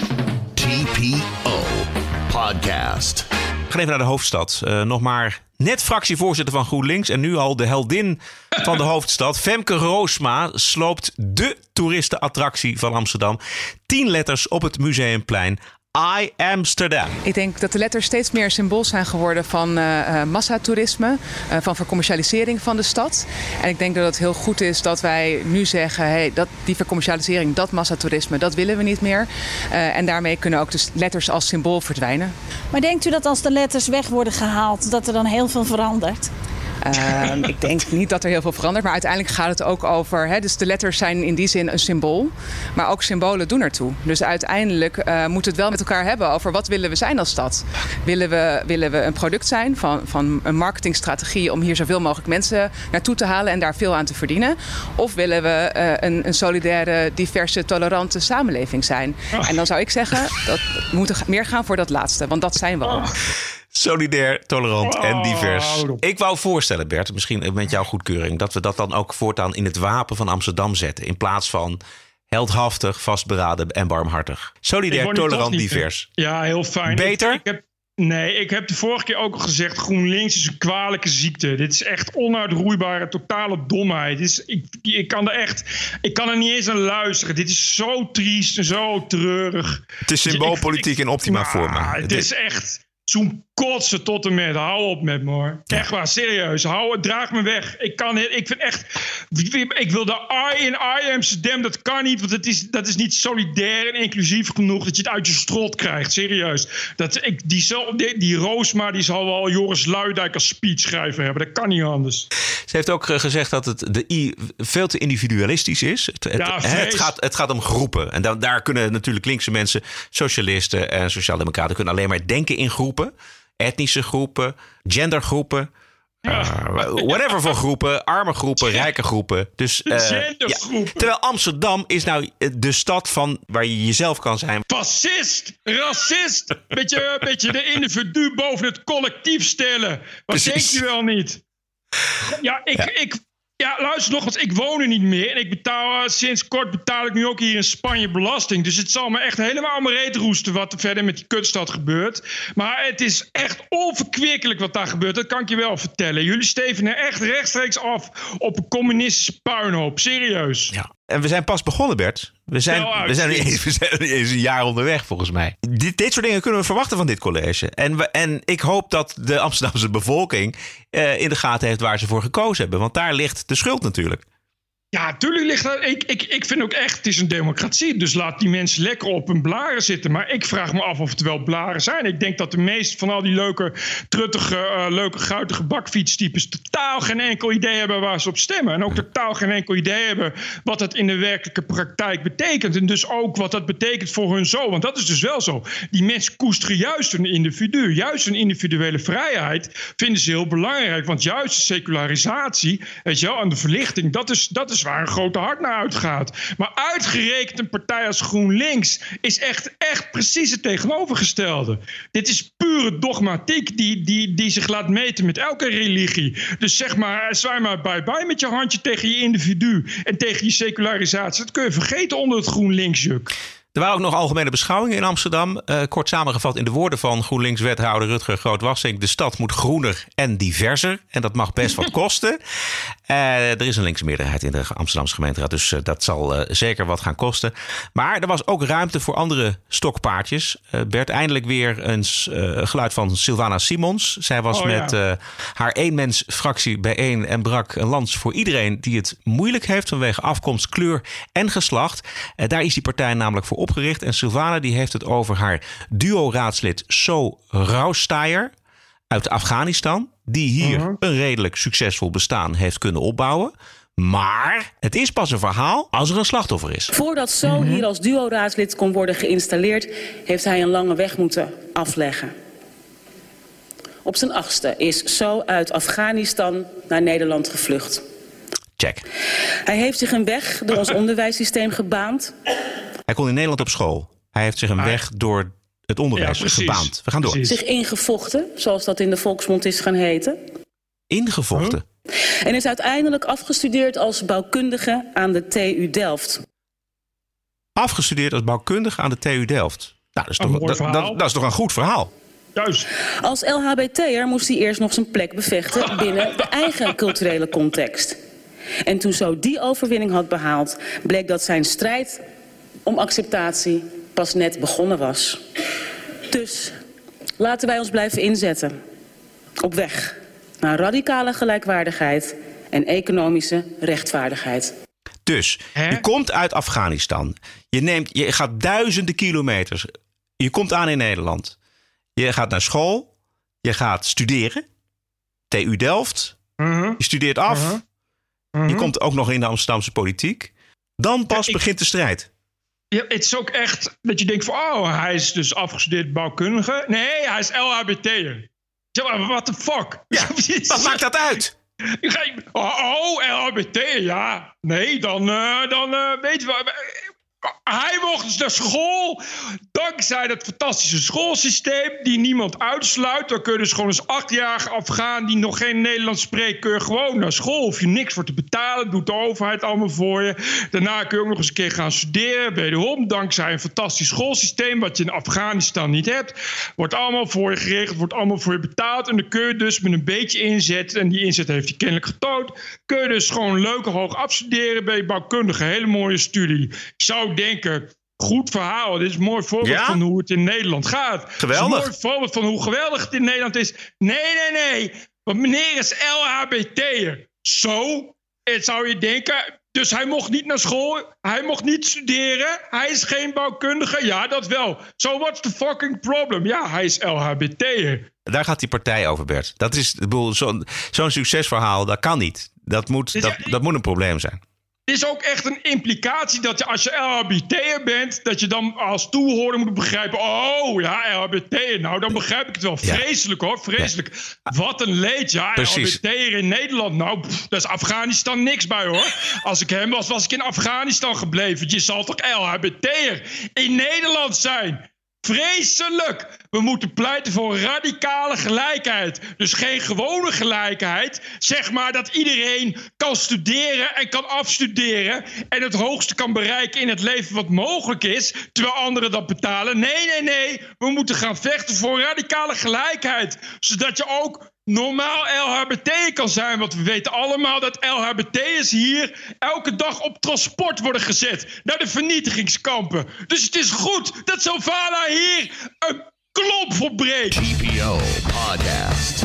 TPO Podcast. We gaan even naar de hoofdstad. Nog maar net fractievoorzitter van GroenLinks... en nu al de heldin van de hoofdstad. Femke Roosma sloopt de toeristenattractie van Amsterdam. 10 letters op het Museumplein. I Amsterdam. Ik denk dat de letters steeds meer symbool zijn geworden van massatoerisme, van vercommercialisering van de stad. En ik denk dat het heel goed is dat wij nu zeggen, die vercommercialisering, dat massatoerisme, dat willen we niet meer. En daarmee kunnen ook de letters als symbool verdwijnen. Maar denkt u dat als de letters weg worden gehaald, dat er dan heel veel verandert? Ik denk niet dat er heel veel verandert, maar uiteindelijk gaat het ook over... dus de letters zijn in die zin een symbool, maar ook symbolen doen ertoe. Dus uiteindelijk moeten we het wel met elkaar hebben over wat willen we zijn als stad. Willen we een product zijn van een marketingstrategie om hier zoveel mogelijk mensen naartoe te halen en daar veel aan te verdienen? Of willen we een solidaire, diverse, tolerante samenleving zijn? En dan zou ik zeggen, dat we moeten meer gaan voor dat laatste, want dat zijn we ook. Solidair, tolerant en divers. Ik wou voorstellen, Bert, misschien met jouw goedkeuring... dat we dat dan ook voortaan in het wapen van Amsterdam zetten... in plaats van heldhaftig, vastberaden en barmhartig. Solidair, tolerant, divers. Ja, heel fijn. Beter? Ik heb de vorige keer ook al gezegd... GroenLinks is een kwalijke ziekte. Dit is echt onuitroeibare, totale domheid. Ik kan er niet eens aan luisteren. Dit is zo triest en zo treurig. Het is symboolpolitiek in optima forma. Het is echt... Zo'n kotsen tot en met. Hou op met me, hoor. Echt waar, serieus. Draag me weg. Ik vind echt... Ik wil de I in I Amsterdam, dat kan niet. Want dat is niet solidair en inclusief genoeg... dat je het uit je strot krijgt. Serieus. Die Roosma, die zal wel Joris Luijendijk als speechschrijver hebben. Dat kan niet anders. Ze heeft ook gezegd dat de I veel te individualistisch is. Het gaat om groepen. En daar kunnen natuurlijk linkse mensen... socialisten en sociaaldemocraten... kunnen alleen maar denken in groepen. Etnische groepen, gendergroepen, whatever voor groepen, arme groepen, rijke groepen. Dus, terwijl Amsterdam is nou de stad van waar je jezelf kan zijn. Fascist, racist, beetje de individu boven het collectief stellen. Wat denk je wel niet? Ja, luister nog, want ik woon er niet meer. En sinds kort betaal ik nu ook hier in Spanje belasting. Dus het zal me echt helemaal aan mijn reet roesten wat er verder met die kutstad gebeurt. Maar het is echt onverkwikkelijk wat daar gebeurt. Dat kan ik je wel vertellen. Jullie steven er echt rechtstreeks af op een communistische puinhoop. Serieus. Ja. En we zijn pas begonnen, Bert. We zijn niet eens een jaar onderweg, volgens mij. Dit soort dingen kunnen we verwachten van dit college. En ik hoop dat de Amsterdamse bevolking in de gaten heeft waar ze voor gekozen hebben. Want daar ligt de schuld natuurlijk. Ja, tuurlijk ligt dat. Ik vind ook echt, het is een democratie. Dus laat die mensen lekker op hun blaren zitten. Maar ik vraag me af of het wel blaren zijn. Ik denk dat de meeste van al die leuke, truttige, guitige bakfietstypes totaal geen enkel idee hebben waar ze op stemmen. En ook totaal geen enkel idee hebben wat het in de werkelijke praktijk betekent. En dus ook wat dat betekent voor hun zo. Want dat is dus wel zo. Die mensen koesteren juist hun individu. Juist hun individuele vrijheid vinden ze heel belangrijk. Want juist de secularisatie, weet je wel, en de verlichting, dat is waar een grote hart naar uitgaat. Maar uitgerekend een partij als GroenLinks is echt precies het tegenovergestelde. Dit is pure dogmatiek die zich laat meten met elke religie. Dus zeg maar, zwaai maar bye-bye met je handje tegen je individu en tegen je secularisatie. Dat kun je vergeten onder het GroenLinks-juk. Er waren ook nog algemene beschouwingen in Amsterdam. Kort samengevat in de woorden van GroenLinks-wethouder Rutger Groot-Wassink: de stad moet groener en diverser. En dat mag best wat kosten. Er is een linkse meerderheid in de Amsterdamse gemeenteraad. Dus dat zal zeker wat gaan kosten. Maar er was ook ruimte voor andere stokpaardjes. Bert, eindelijk weer een geluid van Sylvana Simons. Zij was met haar eenmensfractie bijeen en brak een lans voor iedereen die het moeilijk heeft vanwege afkomst, kleur en geslacht. Daar is die partij namelijk voor opgericht. En Sylvana die heeft het over haar duo-raadslid So Raustayer uit Afghanistan, die hier een redelijk succesvol bestaan heeft kunnen opbouwen. Maar het is pas een verhaal als er een slachtoffer is. Voordat Zo hier als duo-raadslid kon worden geïnstalleerd, heeft hij een lange weg moeten afleggen. Op zijn 8e is Zo uit Afghanistan naar Nederland gevlucht. Check. Hij heeft zich een weg door ons onderwijssysteem gebaand. Hij kon in Nederland op school. Hij heeft zich een weg door het onderwijs gebaand. We gaan door. Zich ingevochten, zoals dat in de volksmond is gaan heten. Ingevochten? En is uiteindelijk afgestudeerd als bouwkundige aan de TU Delft. Afgestudeerd als bouwkundige aan de TU Delft. Nou, dat is toch een goed verhaal? Juist. Als LHBT'er moest hij eerst nog zijn plek bevechten binnen de eigen culturele context. En toen Zo die overwinning had behaald, bleek dat zijn strijd om acceptatie pas net begonnen was. Dus laten wij ons blijven inzetten. Op weg naar radicale gelijkwaardigheid en economische rechtvaardigheid. Dus, je komt uit Afghanistan. Je gaat duizenden kilometers. Je komt aan in Nederland. Je gaat naar school. Je gaat studeren. TU Delft. Je studeert af. Je komt ook nog in de Amsterdamse politiek. Dan pas begint de strijd. Ja, het is ook echt dat je denkt van... hij is dus afgestudeerd bouwkundige. Nee, hij is LHBT'er. What the fuck? Ja, wat maakt dat uit? LHBT'er, ja. Nee, dan weten we... Hij mocht dus naar school, dankzij dat fantastische schoolsysteem die niemand uitsluit. Dan kun je dus gewoon als 8-jarige Afghaan die nog geen Nederlands spreekt, kun je gewoon naar school. Hoef je niks voor te betalen, doet de overheid allemaal voor je. Daarna kun je ook nog eens een keer gaan studeren, wederom dankzij een fantastisch schoolsysteem wat je in Afghanistan niet hebt. Wordt allemaal voor je geregeld, wordt allemaal voor je betaald. En dan kun je dus met een beetje inzet, en die inzet heeft hij kennelijk getoond, kun je dus gewoon leuk hoog afstuderen, ben je bouwkundige, hele mooie studie. Ik zou denken, goed verhaal. Dit is een mooi voorbeeld van hoe het in Nederland gaat. Geweldig. Het is een mooi voorbeeld van hoe geweldig het in Nederland is. Nee. Want meneer is LHBT'er. Zo, het zou je denken. Dus hij mocht niet naar school. Hij mocht niet studeren. Hij is geen bouwkundige. Ja, dat wel. So what's the fucking problem? Ja, hij is LHBT'er. Daar gaat die partij over, Bert. Dat is zo'n succesverhaal. Dat kan niet. Dat moet een probleem zijn. Het is ook echt een implicatie dat je, als je LHBT'er bent, dat je dan als toehoorder moet begrijpen, oh ja, LHBT'er, nou dan begrijp ik het wel. Vreselijk hoor, vreselijk. Ja. Wat een leed, ja. Precies. LHBT'er in Nederland, nou, daar is Afghanistan niks bij hoor. Als ik hem was ik in Afghanistan gebleven. Je zal toch LHBT'er in Nederland zijn? Vreselijk! We moeten pleiten voor radicale gelijkheid. Dus geen gewone gelijkheid. Zeg maar dat iedereen kan studeren en kan afstuderen en het hoogste kan bereiken in het leven wat mogelijk is, terwijl anderen dat betalen. Nee. We moeten gaan vechten voor radicale gelijkheid. Zodat je ook normaal LHBT kan zijn. Want we weten allemaal dat LHBT'ers hier elke dag op transport worden gezet naar de vernietigingskampen. Dus het is goed dat Silvana hier een klomp voor breekt. TPO Podcast.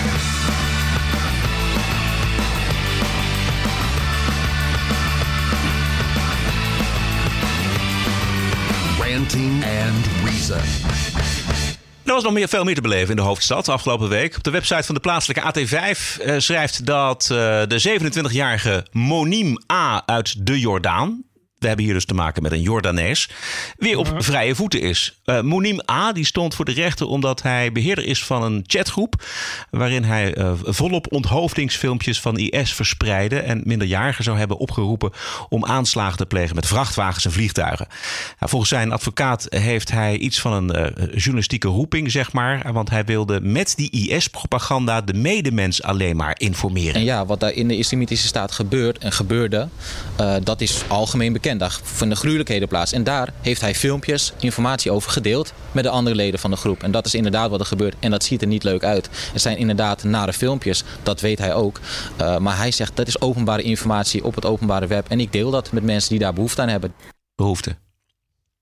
Ranting and Reason. Er was nog veel meer te beleven in de hoofdstad afgelopen week. Op de website van de plaatselijke AT5 schrijft dat de 27-jarige Monim A. uit de Jordaan, we hebben hier dus te maken met een Jordanees, weer op vrije voeten is. Monim A. die stond voor de rechter omdat hij beheerder is van een chatgroep waarin hij volop onthoofdingsfilmpjes van IS verspreidde en minderjarigen zou hebben opgeroepen om aanslagen te plegen met vrachtwagens en vliegtuigen. Volgens zijn advocaat heeft hij iets van een journalistieke roeping, zeg maar, want hij wilde met die IS-propaganda de medemens alleen maar informeren. En ja, wat daar in de islamitische staat gebeurt en gebeurde, dat is algemeen bekend. Daar vinden gruwelijkheden plaats. En daar heeft hij filmpjes, informatie over gedeeld met de andere leden van de groep. En dat is inderdaad wat er gebeurt. En dat ziet er niet leuk uit. Het zijn inderdaad nare filmpjes. Dat weet hij ook. Maar hij zegt dat is openbare informatie op het openbare web. En ik deel dat met mensen die daar behoefte aan hebben. Behoefte?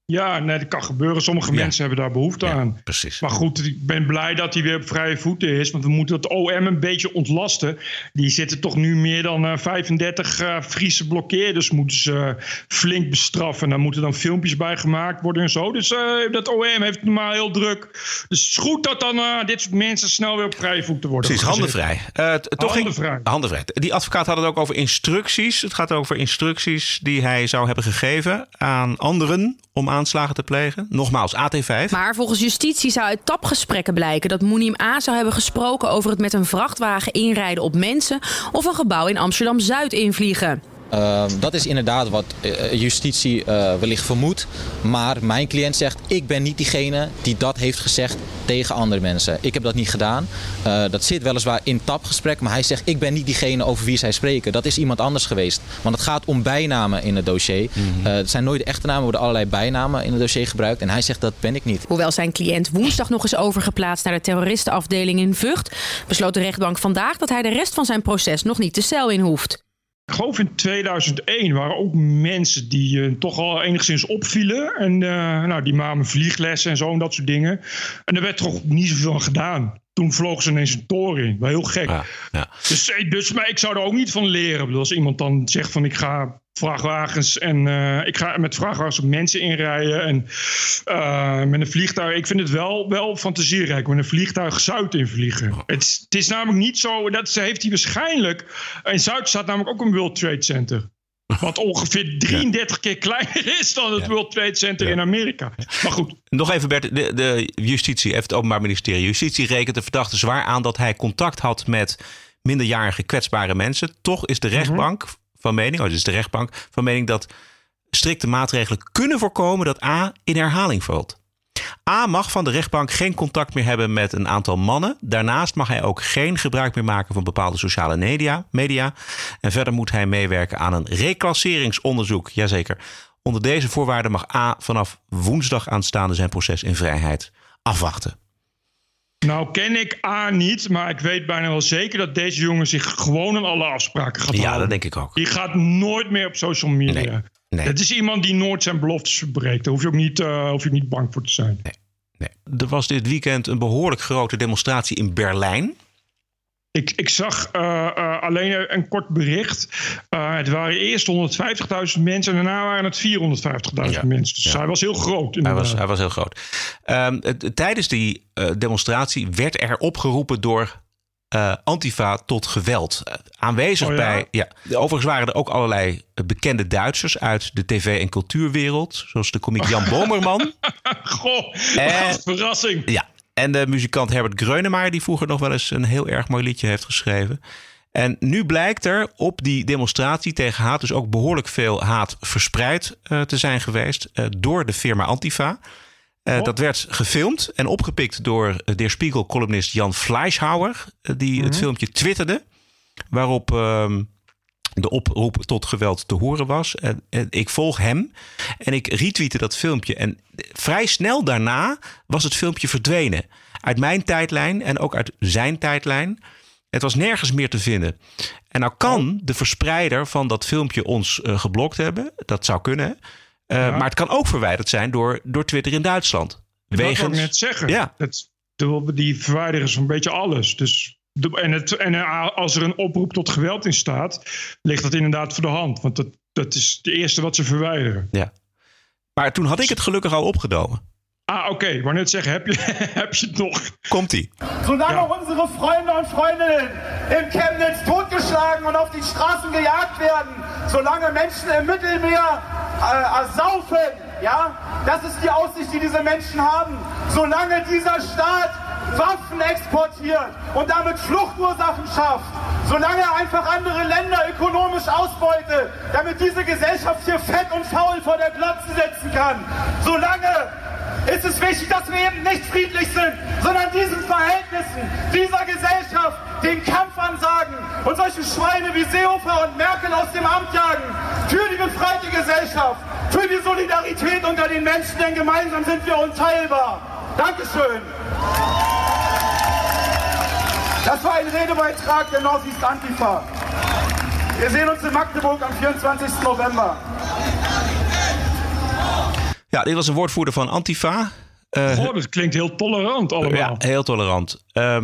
Ja, nee, dat kan gebeuren. Sommige mensen hebben daar behoefte aan. Precies. Maar goed, ik ben blij dat hij weer op vrije voeten is. Want we moeten het OM een beetje ontlasten. Die zitten toch nu meer dan 35 Friese blokkeerders. Moeten ze flink bestraffen. En daar moeten dan filmpjes bij gemaakt worden en zo. Dus dat OM heeft het normaal heel druk. Dus het is goed dat dan dit soort mensen snel weer op vrije voeten worden. Precies, handenvrij. Handenvrij. Die advocaat had het ook over instructies. Het gaat over instructies die hij zou hebben gegeven aan anderen om aanslagen te plegen. Nogmaals, AT5. Maar volgens justitie zou uit tapgesprekken blijken dat Mounim A. zou hebben gesproken over het met een vrachtwagen inrijden op mensen of een gebouw in Amsterdam-Zuid invliegen. Dat is inderdaad wat justitie wellicht vermoedt. Maar mijn cliënt zegt, ik ben niet diegene die dat heeft gezegd tegen andere mensen. Ik heb dat niet gedaan. Dat zit weliswaar in tapgesprek, maar hij zegt, ik ben niet diegene over wie zij spreken. Dat is iemand anders geweest. Want het gaat om bijnamen in het dossier. Het zijn nooit de echte namen, er worden allerlei bijnamen in het dossier gebruikt. En hij zegt, dat ben ik niet. Hoewel zijn cliënt woensdag nog is overgeplaatst naar de terroristenafdeling in Vught, besloot de rechtbank vandaag dat hij de rest van zijn proces nog niet de cel in hoeft. Ik geloof in 2001 waren ook mensen die toch al enigszins opvielen. En die namen vlieglessen en zo en dat soort dingen. En er werd toch niet zoveel aan gedaan. Toen vlogen ze ineens een toren in. Wel heel gek. Ja. Dus maar ik zou er ook niet van leren. Ik bedoel, als iemand dan zegt van ik ga vrachtwagens en ik ga met vrachtwagens op mensen inrijden en met een vliegtuig. Ik vind het wel fantasierijk met een vliegtuig Zuid invliegen. Het is namelijk niet zo, dat heeft hij waarschijnlijk. In Zuid staat namelijk ook een World Trade Center. Wat ongeveer 33 keer kleiner is dan het World Trade Center in Amerika. Maar goed. Nog even Bert, de justitie, even het Openbaar Ministerie. Justitie rekent de verdachte zwaar aan dat hij contact had met minderjarige kwetsbare mensen. Toch is de rechtbank van mening, dat strikte maatregelen kunnen voorkomen dat A in herhaling valt. A mag van de rechtbank geen contact meer hebben met een aantal mannen. Daarnaast mag hij ook geen gebruik meer maken van bepaalde sociale media. En verder moet hij meewerken aan een reclasseringsonderzoek. Jazeker. Onder deze voorwaarden mag A vanaf woensdag aanstaande zijn proces in vrijheid afwachten. Nou ken ik A niet, maar ik weet bijna wel zeker dat deze jongen zich gewoon aan alle afspraken gaat houden. Ja, dat denk ik ook. Die gaat nooit meer op social media. Nee. Het is iemand die nooit zijn beloftes verbreekt. Daar hoef je ook niet bang voor te zijn. Nee. Er was dit weekend een behoorlijk grote demonstratie in Berlijn. Ik zag alleen een kort bericht. Het waren eerst 150.000 mensen en daarna waren het 450.000 mensen. Dus hij was heel groot. Hij was heel groot. Tijdens die demonstratie werd er opgeroepen door Antifa tot geweld. Aanwezig bij... Ja, overigens waren er ook allerlei bekende Duitsers uit de tv- en cultuurwereld. Zoals de komiek Jan Bomerman. Goh, wat verrassing. Ja. En de muzikant Herbert Grönemeyer, die vroeger nog wel eens een heel erg mooi liedje heeft geschreven. En nu blijkt er op die demonstratie tegen haat dus ook behoorlijk veel haat verspreid te zijn geweest door de firma Antifa. Dat werd gefilmd en opgepikt door Der Spiegel-columnist Jan Fleischhauer, die het filmpje twitterde, waarop de oproep tot geweld te horen was. Ik volg hem en ik retweette dat filmpje. En vrij snel daarna was het filmpje verdwenen. Uit mijn tijdlijn en ook uit zijn tijdlijn. Het was nergens meer te vinden. En nou kan de verspreider van dat filmpje ons geblokt hebben. Dat zou kunnen. Maar het kan ook verwijderd zijn door Twitter in Duitsland. Dat wil ik net zeggen. Ja. Die verwijderen zo'n beetje alles. Dus... En als er een oproep tot geweld in staat, ligt dat inderdaad voor de hand. Want dat is het eerste wat ze verwijderen. Ja. Maar toen had ik het gelukkig al opgenomen. Oké. Ik wou net zeggen, heb je het nog? Komt-ie. Zolange unsere Freunde und Freundinnen in Chemnitz totgeschlagen und auf die Straßen gejagt werden, solange Menschen im Mittelmeer ersaufen, ja, das ist die Aussicht, die diese Menschen haben. Solange dieser Staat Waffen exportiert und damit Fluchtursachen schafft, solange er einfach andere Länder ökonomisch ausbeutet, damit diese Gesellschaft hier fett und faul vor der Glotze setzen kann, solange ist es wichtig, dass wir eben nicht friedlich sind, sondern diesen Verhältnissen, dieser Gesellschaft den Kampf ansagen und solche Schweine wie Seehofer und Merkel aus dem Amt jagen. Für die befreite Gesellschaft, für die Solidarität unter den Menschen, denn gemeinsam sind wir unteilbar. Dankeschön. Das war ein Redebeitrag der Northeast Antifa. Wir sehen uns in Magdeburg am 24. November. Ja, dit was een woordvoerder van Antifa. Dat klinkt heel tolerant allemaal. Ja, heel tolerant.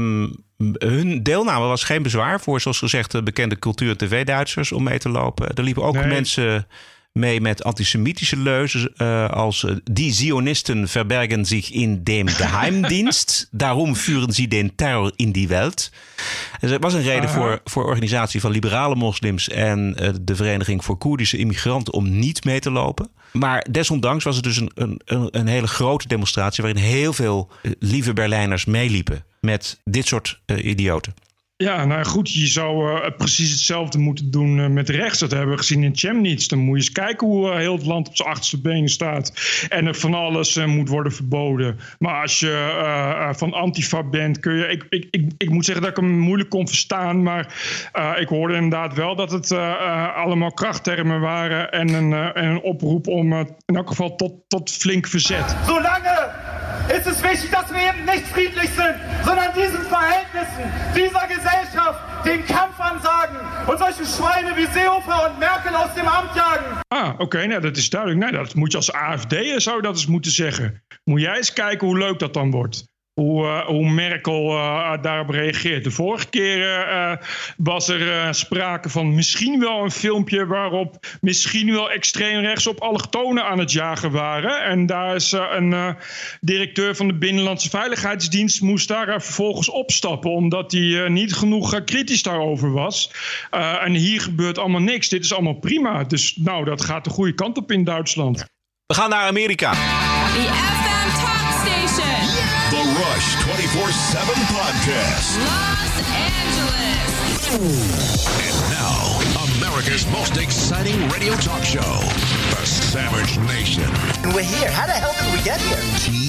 Hun deelname was geen bezwaar voor, zoals gezegd, de bekende cultuur- en tv-Duitsers om mee te lopen. Er liepen ook mensen mee met antisemitische leuzen als die Zionisten verbergen zich in dem Geheimdienst. Daarom vuren sie den Terror in die Welt. Dus er was een reden voor organisatie van liberale moslims en de Vereniging voor Koerdische Immigranten om niet mee te lopen. Maar desondanks was het dus een hele grote demonstratie waarin heel veel lieve Berlijners meeliepen met dit soort idioten. Ja, nou goed, je zou precies hetzelfde moeten doen met rechts. Dat hebben we gezien in Chemnitz. Dan moet je eens kijken hoe heel het land op zijn achterste benen staat. En er van alles moet worden verboden. Maar als je van Antifa bent, kun je... Ik moet zeggen dat ik hem moeilijk kon verstaan. Maar ik hoorde inderdaad wel dat het allemaal krachttermen waren. En een oproep om in elk geval tot flink verzet. Zolange ist es wichtig, dass wir eben nicht friedlich sind, sondern diesen Verhältnissen, dieser Gesellschaft den Kampf ansagen und solche Schweine wie Seehofer und Merkel aus dem Amt jagen. Oké, nou dat is duidelijk. Nou, dat moet je als AfD'er zou je dat eens moeten zeggen. Moet jij eens kijken hoe leuk dat dan wordt. Hoe Merkel daarop reageert. De vorige keer was er sprake van misschien wel een filmpje waarop misschien wel extreem rechts op allochtonen aan het jagen waren. En daar is een directeur van de Binnenlandse Veiligheidsdienst moest daar vervolgens opstappen omdat hij niet genoeg kritisch daarover was. En hier gebeurt allemaal niks. Dit is allemaal prima. Dus nou, dat gaat de goede kant op in Duitsland. We gaan naar Amerika. The FM Talk Station. The Rush 24/7 Podcast. Los Angeles. And now, America's most exciting radio talk show. The Savage Nation. And we're here. How the hell did we get here?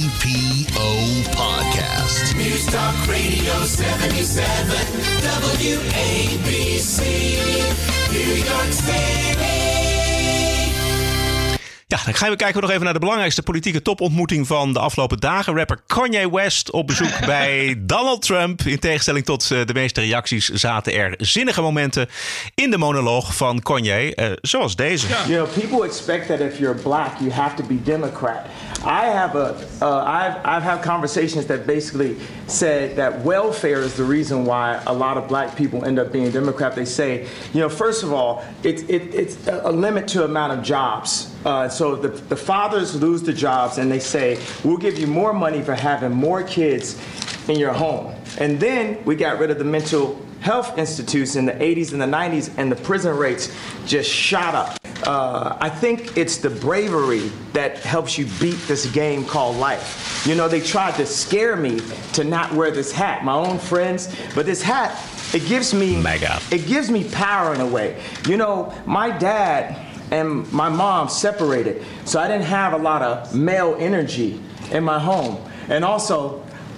TPO Podcast. News Talk Radio 77. WABC. New York City. Ja, dan gaan we kijken nog even naar de belangrijkste politieke topontmoeting van de afgelopen dagen. Rapper Kanye West op bezoek bij Donald Trump. In tegenstelling tot de meeste reacties zaten er zinnige momenten in de monoloog van Kanye, zoals deze. You know, people expect that if you're black, you have to be Democrat. I've had conversations that basically said that welfare is the reason why a lot of black people end up being Democrat. They say, you know, first of all, it's a limit to amount of jobs. So the fathers lose the jobs and they say, we'll give you more money for having more kids in your home. And then we got rid of the mental health institutes in the 80s and the 90s and the prison rates just shot up. I think it's the bravery that helps you beat this game called life. You know, they tried to scare me to not wear this hat, my own friends, but this hat, it gives me power in a way. You know, my dad and my mom separated, so I didn't have a lot of male energy in my home. And also,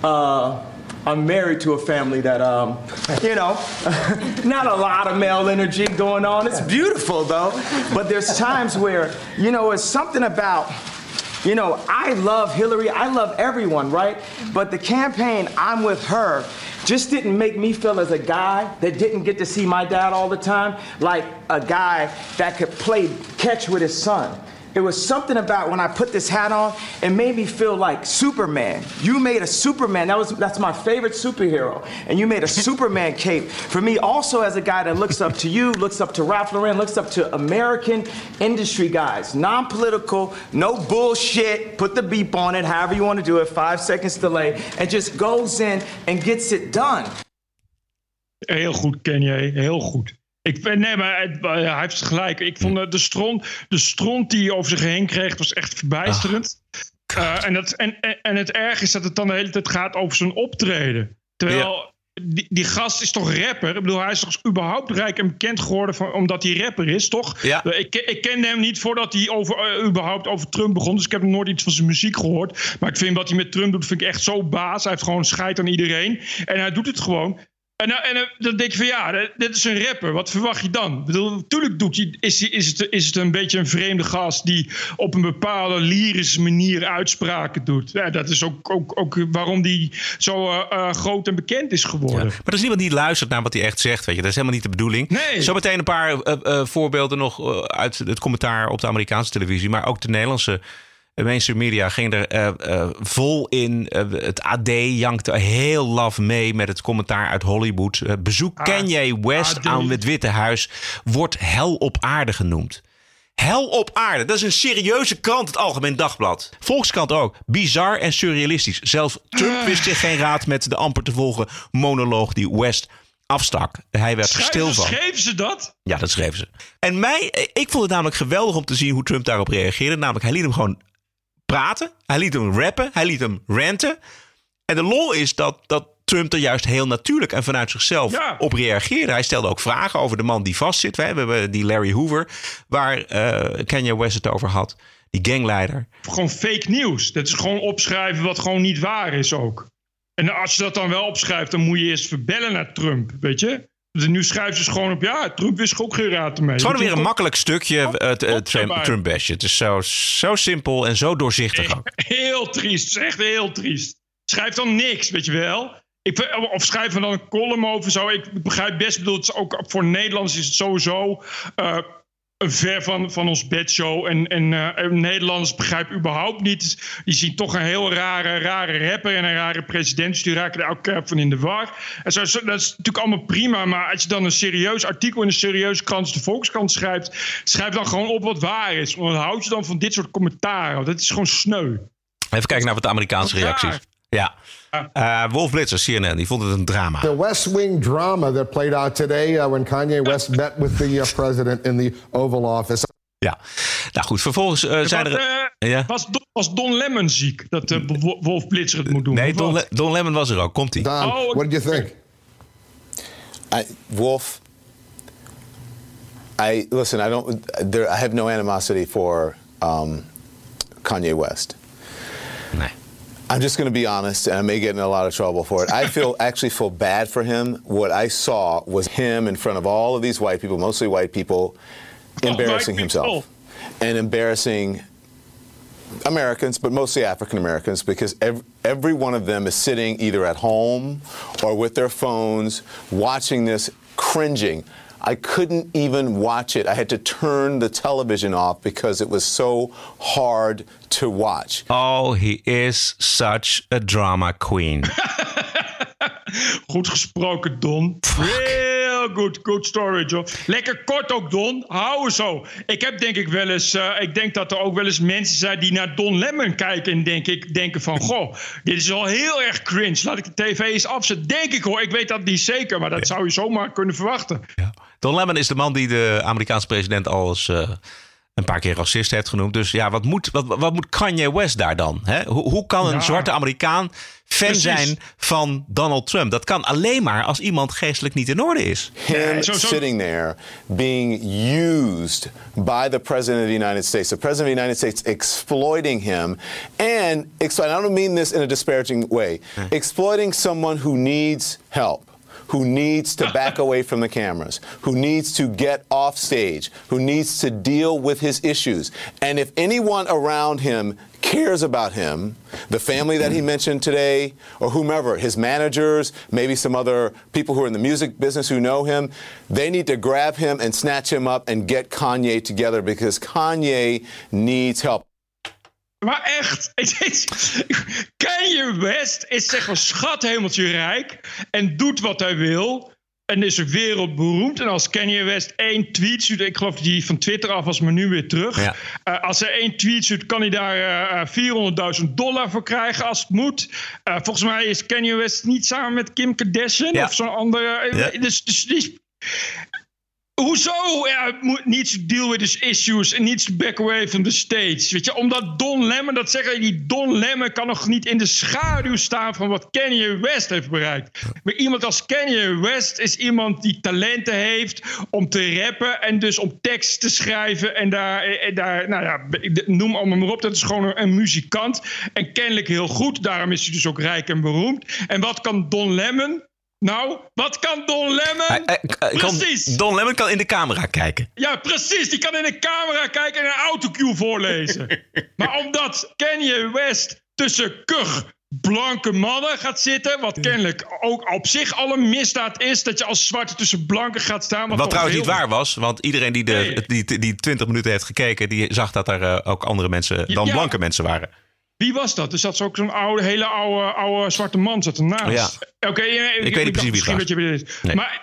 I'm married to a family that, you know, not a lot of male energy going on. It's beautiful, though. But there's times where, you know, it's something about, you know, I love Hillary. I love everyone, right? But the campaign, I'm with her, just didn't make me feel as a guy that didn't get to see my dad all the time, like a guy that could play catch with his son. It was something about when I put this hat on, it made me feel like Superman. You made a Superman. That's my favorite superhero. And you made a Superman cape for me also as a guy that looks up to you, looks up to Ralph Lauren, looks up to American industry guys. Non-political, no bullshit. Put the beep on it, however you want to do it, 5 seconds delay. And just goes in and gets it done. Heel goed, Kanye. Heel goed. Hij heeft gelijk. Ik vond de stront die hij over zich heen kreeg, was echt verbijsterend. En het erg is dat het dan de hele tijd gaat over zijn optreden. Terwijl die gast is toch rapper? Ik bedoel, hij is toch überhaupt rijk en bekend geworden omdat hij rapper is, toch? Ja. Ik kende hem niet voordat hij überhaupt over Trump begon. Dus ik heb nog nooit iets van zijn muziek gehoord. Maar ik vind wat hij met Trump doet, vind ik echt zo baas. Hij heeft gewoon scheid aan iedereen. En hij doet het gewoon. En dan denk je van ja, dit is een rapper. Wat verwacht je dan? Ik bedoel, natuurlijk is het een beetje een vreemde gast die op een bepaalde lyrische manier uitspraken doet. Ja, dat is ook waarom die zo groot en bekend is geworden. Ja, maar er is niemand die luistert naar wat hij echt zegt. Weet je. Dat is helemaal niet de bedoeling. Nee. Zometeen een paar voorbeelden nog uit het commentaar op de Amerikaanse televisie. Maar ook de Nederlandse mainstream media ging er vol in. Het AD jankte heel laf mee met het commentaar uit Hollywood. Bezoek Kanye West aan het Witte Huis wordt hel op aarde genoemd. Hel op aarde, dat is een serieuze krant, het Algemeen Dagblad. Volkskrant ook, bizar en surrealistisch. Zelfs Trump wist zich geen raad met de amper te volgen monoloog die West afstak. Hij werd stil van. Schreven ze dat? Ja, dat schreven ze. En ik vond het namelijk geweldig om te zien hoe Trump daarop reageerde. Namelijk, hij liet hem gewoon praten. Hij liet hem rappen. Hij liet hem ranten. En de lol is dat Trump er juist heel natuurlijk en vanuit zichzelf op reageerde. Hij stelde ook vragen over de man die vastzit. We hebben die Larry Hoover, waar Kanye West het over had. Die gangleider. Gewoon fake nieuws. Dat is gewoon opschrijven wat gewoon niet waar is ook. En als je dat dan wel opschrijft, dan moet je eerst verbellen naar Trump, weet je? Dus nu schrijven ze gewoon op, Trump wist ook geen raad ermee. Het is gewoon weer een makkelijk stukje Trump-basje. Het is zo simpel en zo doorzichtig ook. Heel triest, het is echt heel triest. Schrijf dan niks, weet je wel. Of schrijf er dan een column over zo. Ik begrijp best, bedoel, het is ook voor Nederlanders is het sowieso ver van ons bedshow. En Nederlanders begrijpen überhaupt niet. Die zien toch een heel rare rapper en een rare president. Dus die raken er elke keer van in de war. En dat is natuurlijk allemaal prima. Maar als je dan een serieus artikel in een serieuze krant, de Volkskrant schrijft, schrijf dan gewoon op wat waar is. Want dan houd je dan van dit soort commentaren. Dat is gewoon sneu. Even kijken naar wat de Amerikaanse reacties. Ja. Wolf Blitzer, CNN, die vond het een drama. The West Wing drama that played out today when Kanye West met with the president in the Oval Office. Ja, nou goed, vervolgens zijn er... Was Don Lemon ziek, dat Wolf Blitzer het moet doen? Nee, Don Lemon was er ook. Komt-ie. Don, what did you think? Wolf, I have no animosity for Kanye West. Nee. I'm just going to be honest, and I may get in a lot of trouble for it. I actually feel bad for him. What I saw was him in front of all of these white people, mostly white people, embarrassing himself. And embarrassing Americans, but mostly African Americans, because every one of them is sitting either at home or with their phones, watching this, cringing. I couldn't even watch it. I had to turn the television off because it was so hard to watch. Oh, he is such a drama queen. Goed gesproken, Don. Heel goed. Good story, John. Lekker kort ook, Don. Hou zo. Ik denk dat er ook wel eens mensen zijn die naar Don Lemon kijken en denken van, goh, dit is wel heel erg cringe. Laat ik de tv eens afzetten. Denk ik hoor. Ik weet dat niet zeker, maar dat zou je zomaar kunnen verwachten. Ja. Don Lemon is de man die de Amerikaanse president al eens een paar keer racist heeft genoemd. Dus ja, wat moet Kanye West daar dan? Hè? Hoe kan een zwarte Amerikaan fan zijn van Donald Trump? Dat kan alleen maar als iemand geestelijk niet in orde is. Him sitting there being used by the president of the United States. The president of the United States exploiting him. And I don't mean this in a disparaging way. Exploiting someone who needs help. Who needs to back away from the cameras, who needs to get off stage, who needs to deal with his issues. And if anyone around him cares about him, the family that he mentioned today, or whomever, his managers, maybe some other people who are in the music business who know him, they need to grab him and snatch him up and get Kanye together because Kanye needs help. Maar echt, Kanye West is zeg maar schathemeltje rijk en doet wat hij wil en is er wereldberoemd. En als Kanye West 1 tweet stuurt, ik geloof dat hij van Twitter af was, maar nu weer terug. Ja. Als hij 1 tweet stuurt, kan hij daar $400.000 voor krijgen als het moet. Volgens mij is Kanye West niet samen met Kim Kardashian of zo'n andere. Ja. Dus hoezo? Needs to deal with his issues and needs to back away from the stage. Weet je, omdat Don Lemon, dat zeggen die Don Lemon kan nog niet in de schaduw staan van wat Kanye West heeft bereikt. Maar iemand als Kanye West is iemand die talenten heeft om te rappen en dus om tekst te schrijven en daar nou ja, noem allemaal maar op. Dat is gewoon een muzikant en kennelijk heel goed. Daarom is hij dus ook rijk en beroemd. En wat kan Don Lemon? Nou, wat kan Don Lemon? Precies. Don Lemon kan in de camera kijken. Ja, precies. Die kan in de camera kijken en een autocue voorlezen. Maar omdat Kanye West tussen kuch, blanke mannen gaat zitten. Wat kennelijk ook op zich al een misdaad is. Dat je als zwarte tussen blanken gaat staan. Wat trouwens niet waar was. Want iedereen die 20 minuten heeft gekeken... die zag dat er ook andere mensen dan blanke mensen waren. Wie was dat? Er zat ook zo'n hele oude zwarte man zat ernaast. Ja. Oké, ik weet niet precies wie het was. Nee. Maar,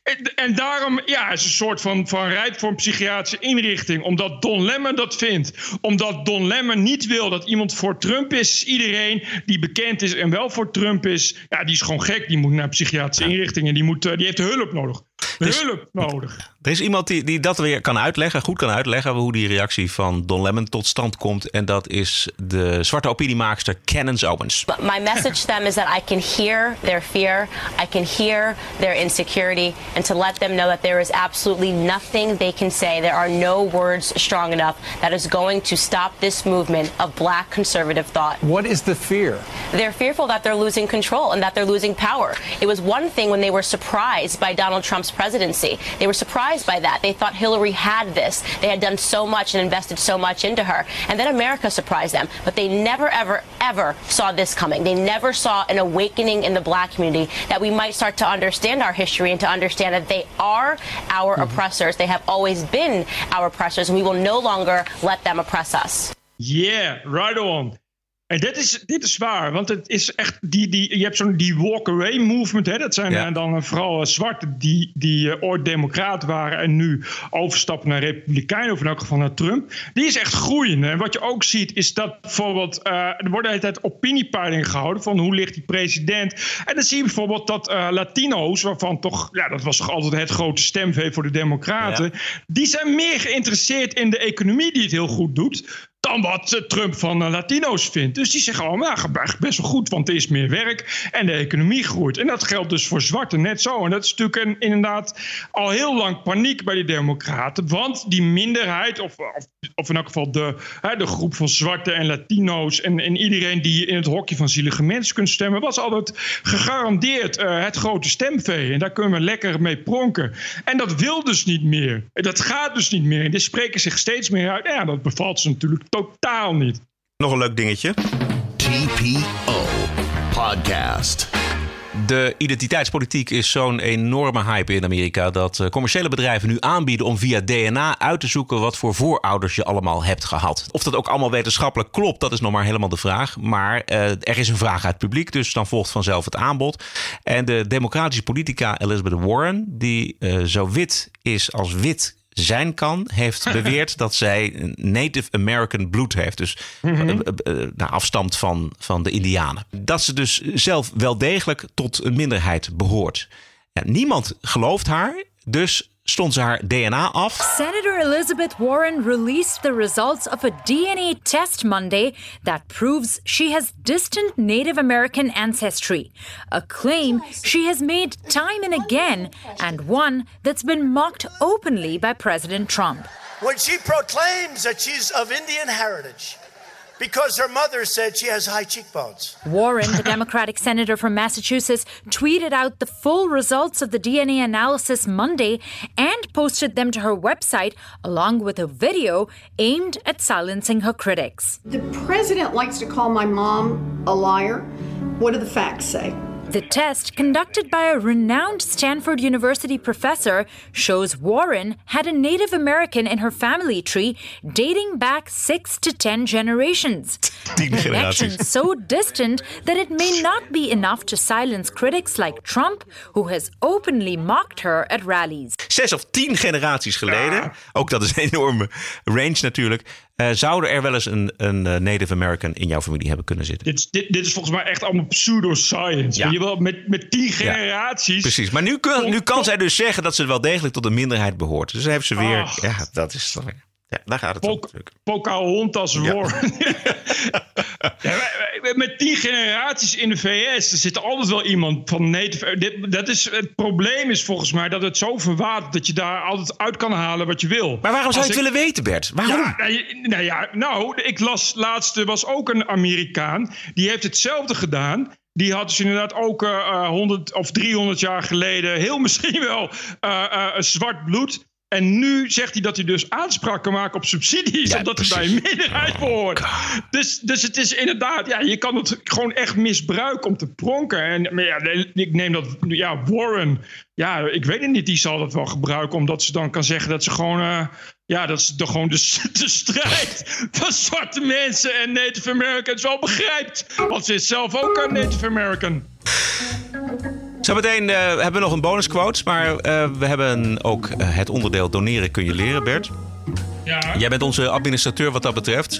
en daarom is een soort van rijp voor een psychiatrische inrichting. Omdat Don Lemon dat vindt. Omdat Don Lemon niet wil dat iemand voor Trump is. Iedereen die bekend is en wel voor Trump is... die is gewoon gek. Die moet naar psychiatrische inrichtingen. Die heeft hulp nodig. Hulp nodig. Er is iemand die dat weer goed kan uitleggen... hoe die reactie van Don Lemon tot stand komt. En dat is de zwarte opiniemaakster Candace Owens. My message to them is that I can hear their fear. I can hear their insecurity. And to let them know that there is absolutely nothing they can say. There are no words strong enough that is going to stop this movement of black conservative thought. What is the fear? They're fearful that they're losing control and that they're losing power. It was one thing when they were surprised by Donald Trump's presidency. They were surprised by that. They thought Hillary had this. They had done so much and invested so much into her. And then America surprised them. But they never, ever, ever saw this coming. They never saw an awakening in the black community that we might start to understand our history and to understand that they are our oppressors. They have always been our oppressors and we will no longer let them oppress us. Yeah, right on. En dit is waar, want het is echt je hebt die walk-away movement. Hè? Dat zijn dan vooral zwarten die ooit democraat waren en nu overstappen naar republikeinen of in elk geval naar Trump. Die is echt groeiende. En wat je ook ziet is dat bijvoorbeeld er worden de hele tijd opiniepeilingen gehouden van hoe ligt die president. En dan zie je bijvoorbeeld dat Latino's, waarvan toch, dat was toch altijd het grote stemvee voor de democraten. Ja. Die zijn meer geïnteresseerd in de economie die het heel goed doet dan wat Trump van Latino's vindt. Dus die zeggen gaat best wel goed, want er is meer werk en de economie groeit. En dat geldt dus voor zwarten net zo. En dat is natuurlijk inderdaad al heel lang paniek bij de democraten. Want die minderheid, of in elk geval de groep van zwarten en Latino's en iedereen die in het hokje van zielige mensen kunt stemmen, was altijd gegarandeerd het grote stemvee. En daar kunnen we lekker mee pronken. En dat wil dus niet meer. Dat gaat dus niet meer. En die spreken zich steeds meer uit. Ja, dat bevalt ze natuurlijk totaal niet. Nog een leuk dingetje. TPO Podcast. De identiteitspolitiek is zo'n enorme hype in Amerika dat commerciële bedrijven nu aanbieden om via DNA uit te zoeken wat voor voorouders je allemaal hebt gehad. Of dat ook allemaal wetenschappelijk klopt, dat is nog maar helemaal de vraag. Maar er is een vraag uit het publiek, dus dan volgt vanzelf het aanbod. En de democratische politica Elizabeth Warren, die zo wit is als wit zijn kan, heeft beweerd dat zij Native American bloed heeft. Dus afstamt van de Indianen. Dat ze dus zelf wel degelijk tot een minderheid behoort. Ja, niemand gelooft haar, dus stond ze haar DNA af. Senator Elizabeth Warren released the results of a DNA test Monday that proves she has distant Native American ancestry, a claim she has made time and again, and one that's been mocked openly by President Trump. When she proclaims that she's of Indian heritage, because her mother said she has high cheekbones. Warren, the Democratic senator from Massachusetts, tweeted out the full results of the DNA analysis Monday and posted them to her website along with a video aimed at silencing her critics. The president likes to call my mom a liar. What do the facts say? The test, conducted by a renowned Stanford University professor, shows Warren had a Native American in her family tree dating back 6 to 10 generations. Connections so distant that it may not be enough to silence critics like Trump, who has openly mocked her at rallies. 6 of 10 generaties geleden, ook dat is een enorme range natuurlijk, zouden er wel eens een Native American in jouw familie hebben kunnen zitten. Dit is volgens mij echt allemaal pseudoscience. Ja. Je wil met 10 generaties. Ja, precies, maar nu kan zij dus zeggen dat ze wel degelijk tot een minderheid behoort. Dus dan heeft ze weer. Ja, dat is toch. Ja, daar gaat het om natuurlijk. Pocahontas Warren. Met 10 generaties in de VS, er zit altijd wel iemand van Native. Het probleem is volgens mij dat het zo verwatert dat je daar altijd uit kan halen wat je wil. Maar waarom zou je het willen weten, Bert? Waarom? Ik las laatst, er was ook een Amerikaan, die heeft hetzelfde gedaan. Die had dus inderdaad ook 100 of 300 jaar geleden heel misschien wel zwart bloed. En nu zegt hij dat hij dus aanspraak kan maken op subsidies, omdat hij bij een minderheid behoort. Dus het is inderdaad, je kan het gewoon echt misbruiken om te pronken. Ik neem dat, Warren, ik weet het niet, die zal dat wel gebruiken, omdat ze dan kan zeggen dat ze gewoon, dat ze gewoon de strijd van zwarte mensen en Native Americans wel begrijpt. Want ze is zelf ook een Native American. Zometeen hebben we nog een bonusquote, maar we hebben ook het onderdeel doneren kun je leren, Bert. Ja. Jij bent onze administrateur wat dat betreft.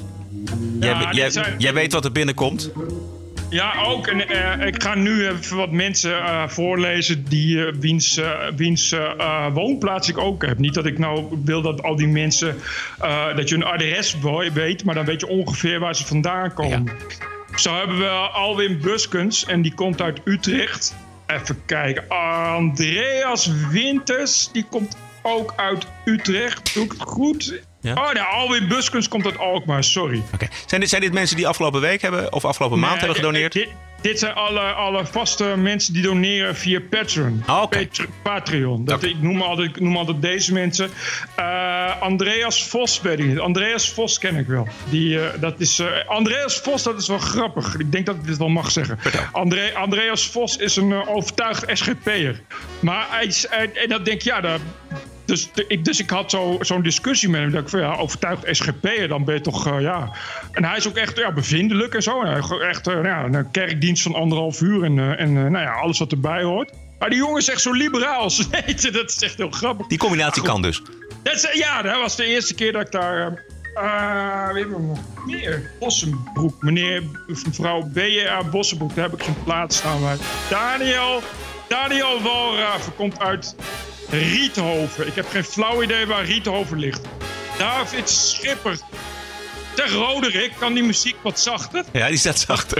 Jij weet wat er binnenkomt. Ja, ook. En ik ga nu even wat mensen voorlezen wiens woonplaats ik ook heb. Niet dat ik nou wil dat al die mensen, dat je een adres weet, maar dan weet je ongeveer waar ze vandaan komen. Ja. Zo hebben we Alwin Buskens en die komt uit Utrecht. Even kijken. Andreas Winters, die komt ook uit Utrecht. Doe ik het goed? Ja. Alwin Buskens komt uit Alkmaar, sorry. Okay. Zijn dit mensen die afgelopen week hebben of afgelopen maand hebben gedoneerd? Dit zijn alle vaste mensen die doneren via Patreon. Patreon. Ik noem altijd deze mensen. Andreas Vos weet ik niet. Andreas Vos ken ik wel. Andreas Vos, dat is wel grappig. Ik denk dat ik dit wel mag zeggen. Andreas Vos is een overtuigd SGP'er. Maar en dan denk ik, Dus ik had zo'n discussie met hem. Dat ik overtuigd SGP'er, dan ben je toch, En hij is ook echt bevindelijk en zo. Echt een kerkdienst van 1,5 uur en alles wat erbij hoort. Maar die jongen is echt zo liberaal. Dat is echt heel grappig. Die combinatie kan dus. Dat was de eerste keer dat ik daar... wie hebben we nog meer? Bossenbroek. Mevrouw B.J.A. Bossenbroek. Daar heb ik geen plaats staan. Maar Daniel Walraven komt uit... Riethoven. Ik heb geen flauw idee waar Riethoven ligt. David Schipper. Zeg Roderick, kan die muziek wat zachter? Ja, die staat zachter.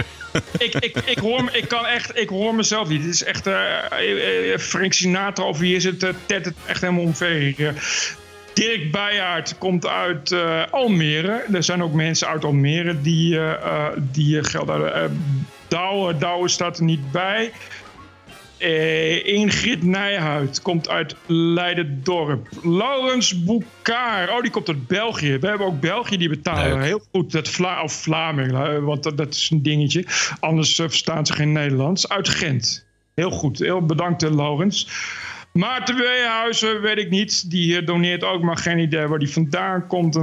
Ik hoor mezelf niet. Het is echt Frank Sinatra over hier zit Ted het echt helemaal omver. Dirk Beijaard komt uit Almere. Er zijn ook mensen uit Almere die geld houden. Douwe staat er niet bij. Ingrid Nijhuid komt uit Leiden-Dorp. Laurens Boucard, die komt uit België. We hebben ook België die betalen. Leuk. Heel goed, of Vlaming, want dat is een dingetje. Anders verstaan ze geen Nederlands. Uit Gent. Heel goed, heel bedankt Laurens. Maarten Weehuizen, weet ik niet. Die doneert ook, maar geen idee waar die vandaan komt.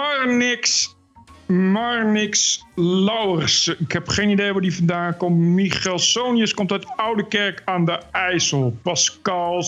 Marnix Lauwers. Ik heb geen idee waar die vandaan komt. Michael Sonius komt uit Oudekerk aan de IJssel. Pascal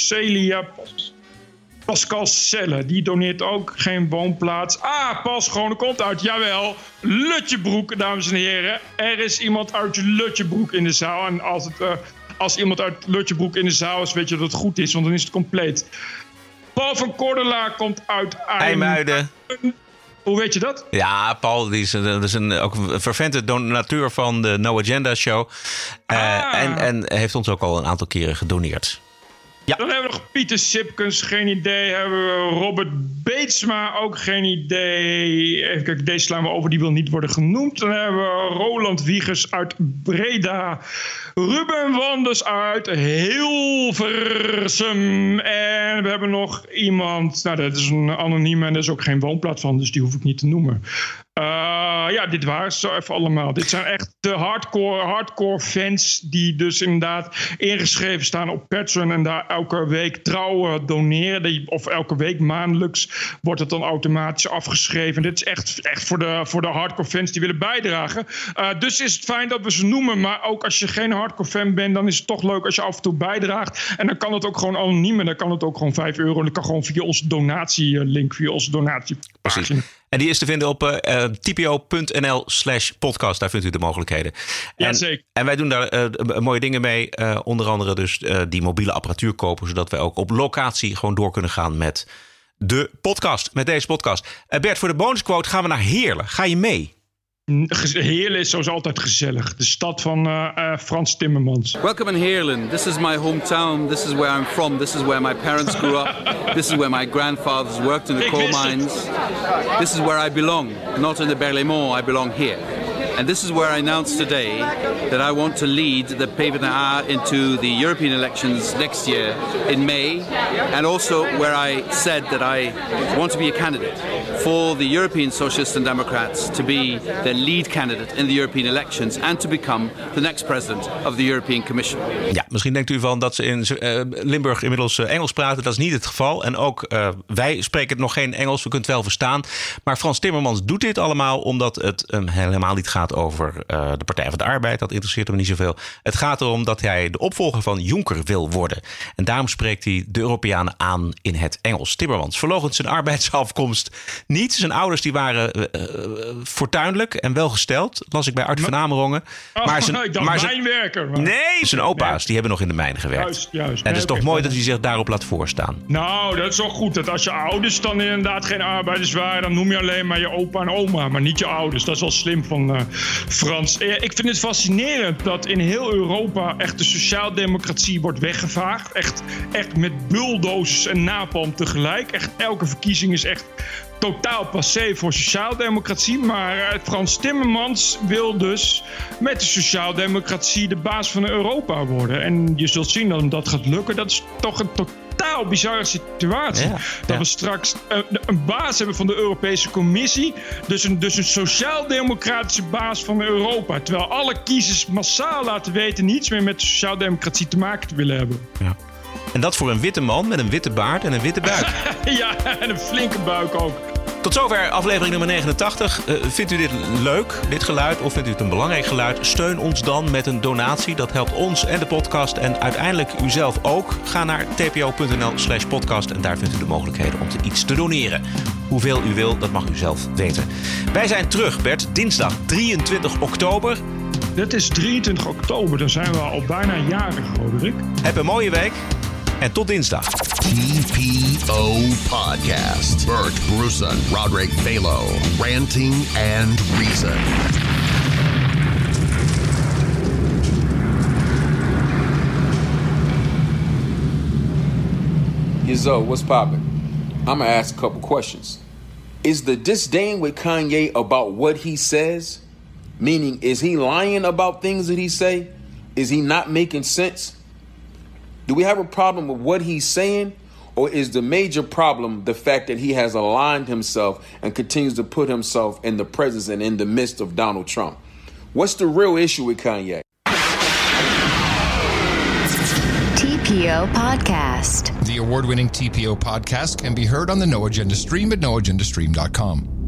Selle, die doneert ook geen woonplaats. Paul Schone komt uit, jawel, Lutjebroek, dames en heren. Er is iemand uit Lutjebroek in de zaal. En als iemand uit Lutjebroek in de zaal is, weet je dat het goed is, want dan is het compleet. Paul van Kordelaar komt uit IJmuiden. Hoe weet je dat? Ja, Paul die is ook een fervente donateur van de No Agenda Show. En heeft ons ook al een aantal keren gedoneerd. Ja. Dan hebben we nog Pieter Sipkens, geen idee. Hebben we Robert Beetsma, ook geen idee. Even kijken, deze slaan we over, die wil niet worden genoemd. Dan hebben we Roland Wiegers uit Breda. Ruben Wanders uit Hilversum. En we hebben nog iemand, dat is een anonieme en er is ook geen woonplaats van, dus die hoef ik niet te noemen. Dit waren ze even allemaal. Dit zijn echt de hardcore fans die dus inderdaad ingeschreven staan op Patreon en daar elke week trouw doneren. Of elke week maandelijks wordt het dan automatisch afgeschreven. Dit is echt voor de hardcore fans die willen bijdragen. Dus is het fijn dat we ze noemen. Maar ook als je geen hardcore fan bent, dan is het toch leuk als je af en toe bijdraagt. En dan kan het ook gewoon anoniem. En dan kan het ook gewoon €5. En dat kan gewoon via onze donatielink, via onze donatiepagina. Precies. En die is te vinden op tpo.nl/podcast. Daar vindt u de mogelijkheden. Ja, zeker. En wij doen daar mooie dingen mee. Onder andere dus die mobiele apparatuur kopen. Zodat wij ook op locatie gewoon door kunnen gaan met de podcast. Met deze podcast. Bert, voor de bonusquote gaan we naar Heerlen. Ga je mee? Heerlen is zoals altijd gezellig. De stad van Frans Timmermans. Welcome in Heerlen. This is my hometown. This is where I'm from. This is where my parents grew up. This is where my grandfathers worked in the coal mines. This is where I belong. Not in the Berlaymont, I belong here. And this is where I announced today that I want to lead the PvdA into the European elections next year in May, and also where I said that I want to be a candidate for the European Socialists and Democrats to be the lead candidate in the European elections and to become the next president of the European Commission. Ja, misschien denkt u van dat ze in Limburg inmiddels Engels praten. Dat is niet het geval. En ook wij spreken nog geen Engels. We kunnen het wel verstaan. Maar Frans Timmermans doet dit allemaal omdat het helemaal niet gaat over de Partij van de Arbeid. Dat interesseert hem niet zoveel. Het gaat erom dat hij de opvolger van Juncker wil worden. En daarom spreekt hij de Europeanen aan in het Engels. Timmermans verloochent zijn arbeidsafkomst niet. Zijn ouders die waren fortuinlijk en welgesteld. Las ik bij Arthur van Amerongen. Zijn opa's die hebben nog in de mijn gewerkt. Juist. En het is toch mooi dat hij zich daarop laat voorstaan. Nou, dat is wel goed. Dat als je ouders dan inderdaad geen arbeiders waren, dan noem je alleen maar je opa en oma, maar niet je ouders. Dat is wel slim van Frans. Ik vind het fascinerend dat in heel Europa echt de sociaaldemocratie wordt weggevaagd. Echt met bulldozers en napalm tegelijk. Echt elke verkiezing is echt totaal passé voor sociaaldemocratie. Maar Frans Timmermans wil dus met de sociaaldemocratie de baas van Europa worden. En je zult zien dat hem dat gaat lukken. Dat is toch een totaal bizarre situatie. Dat we straks een baas hebben van de Europese Commissie. Dus een sociaaldemocratische baas van Europa. Terwijl alle kiezers massaal laten weten niets meer met de sociaaldemocratie te maken te willen hebben. Ja. En dat voor een witte man met een witte baard en een witte buik. Ja, en een flinke buik ook. Tot zover aflevering nummer 89. Vindt u dit leuk, dit geluid, of vindt u het een belangrijk geluid? Steun ons dan met een donatie. Dat helpt ons en de podcast en uiteindelijk u zelf ook. Ga naar tpo.nl/podcast en daar vindt u de mogelijkheden om iets te doneren. Hoeveel u wil, dat mag u zelf weten. Wij zijn terug, Bert, dinsdag 23 oktober. Dat is 23 oktober, dan zijn we al bijna jarig, Roderick. Heb een mooie week en tot dinsdag. TPO Podcast. Bert Brussen, Roderick Balo, Ranting and Reason. Yo, what's poppin'? I'm gonna ask a couple questions. Is the disdain with Kanye about what he says? Meaning, is he lying about things that he say? Is he not making sense? Do we have a problem with what he's saying? Or is the major problem the fact that he has aligned himself and continues to put himself in the presence and in the midst of Donald Trump? What's the real issue with Kanye? TPO Podcast. The award-winning TPO Podcast can be heard on the No Agenda stream at noagendastream.com.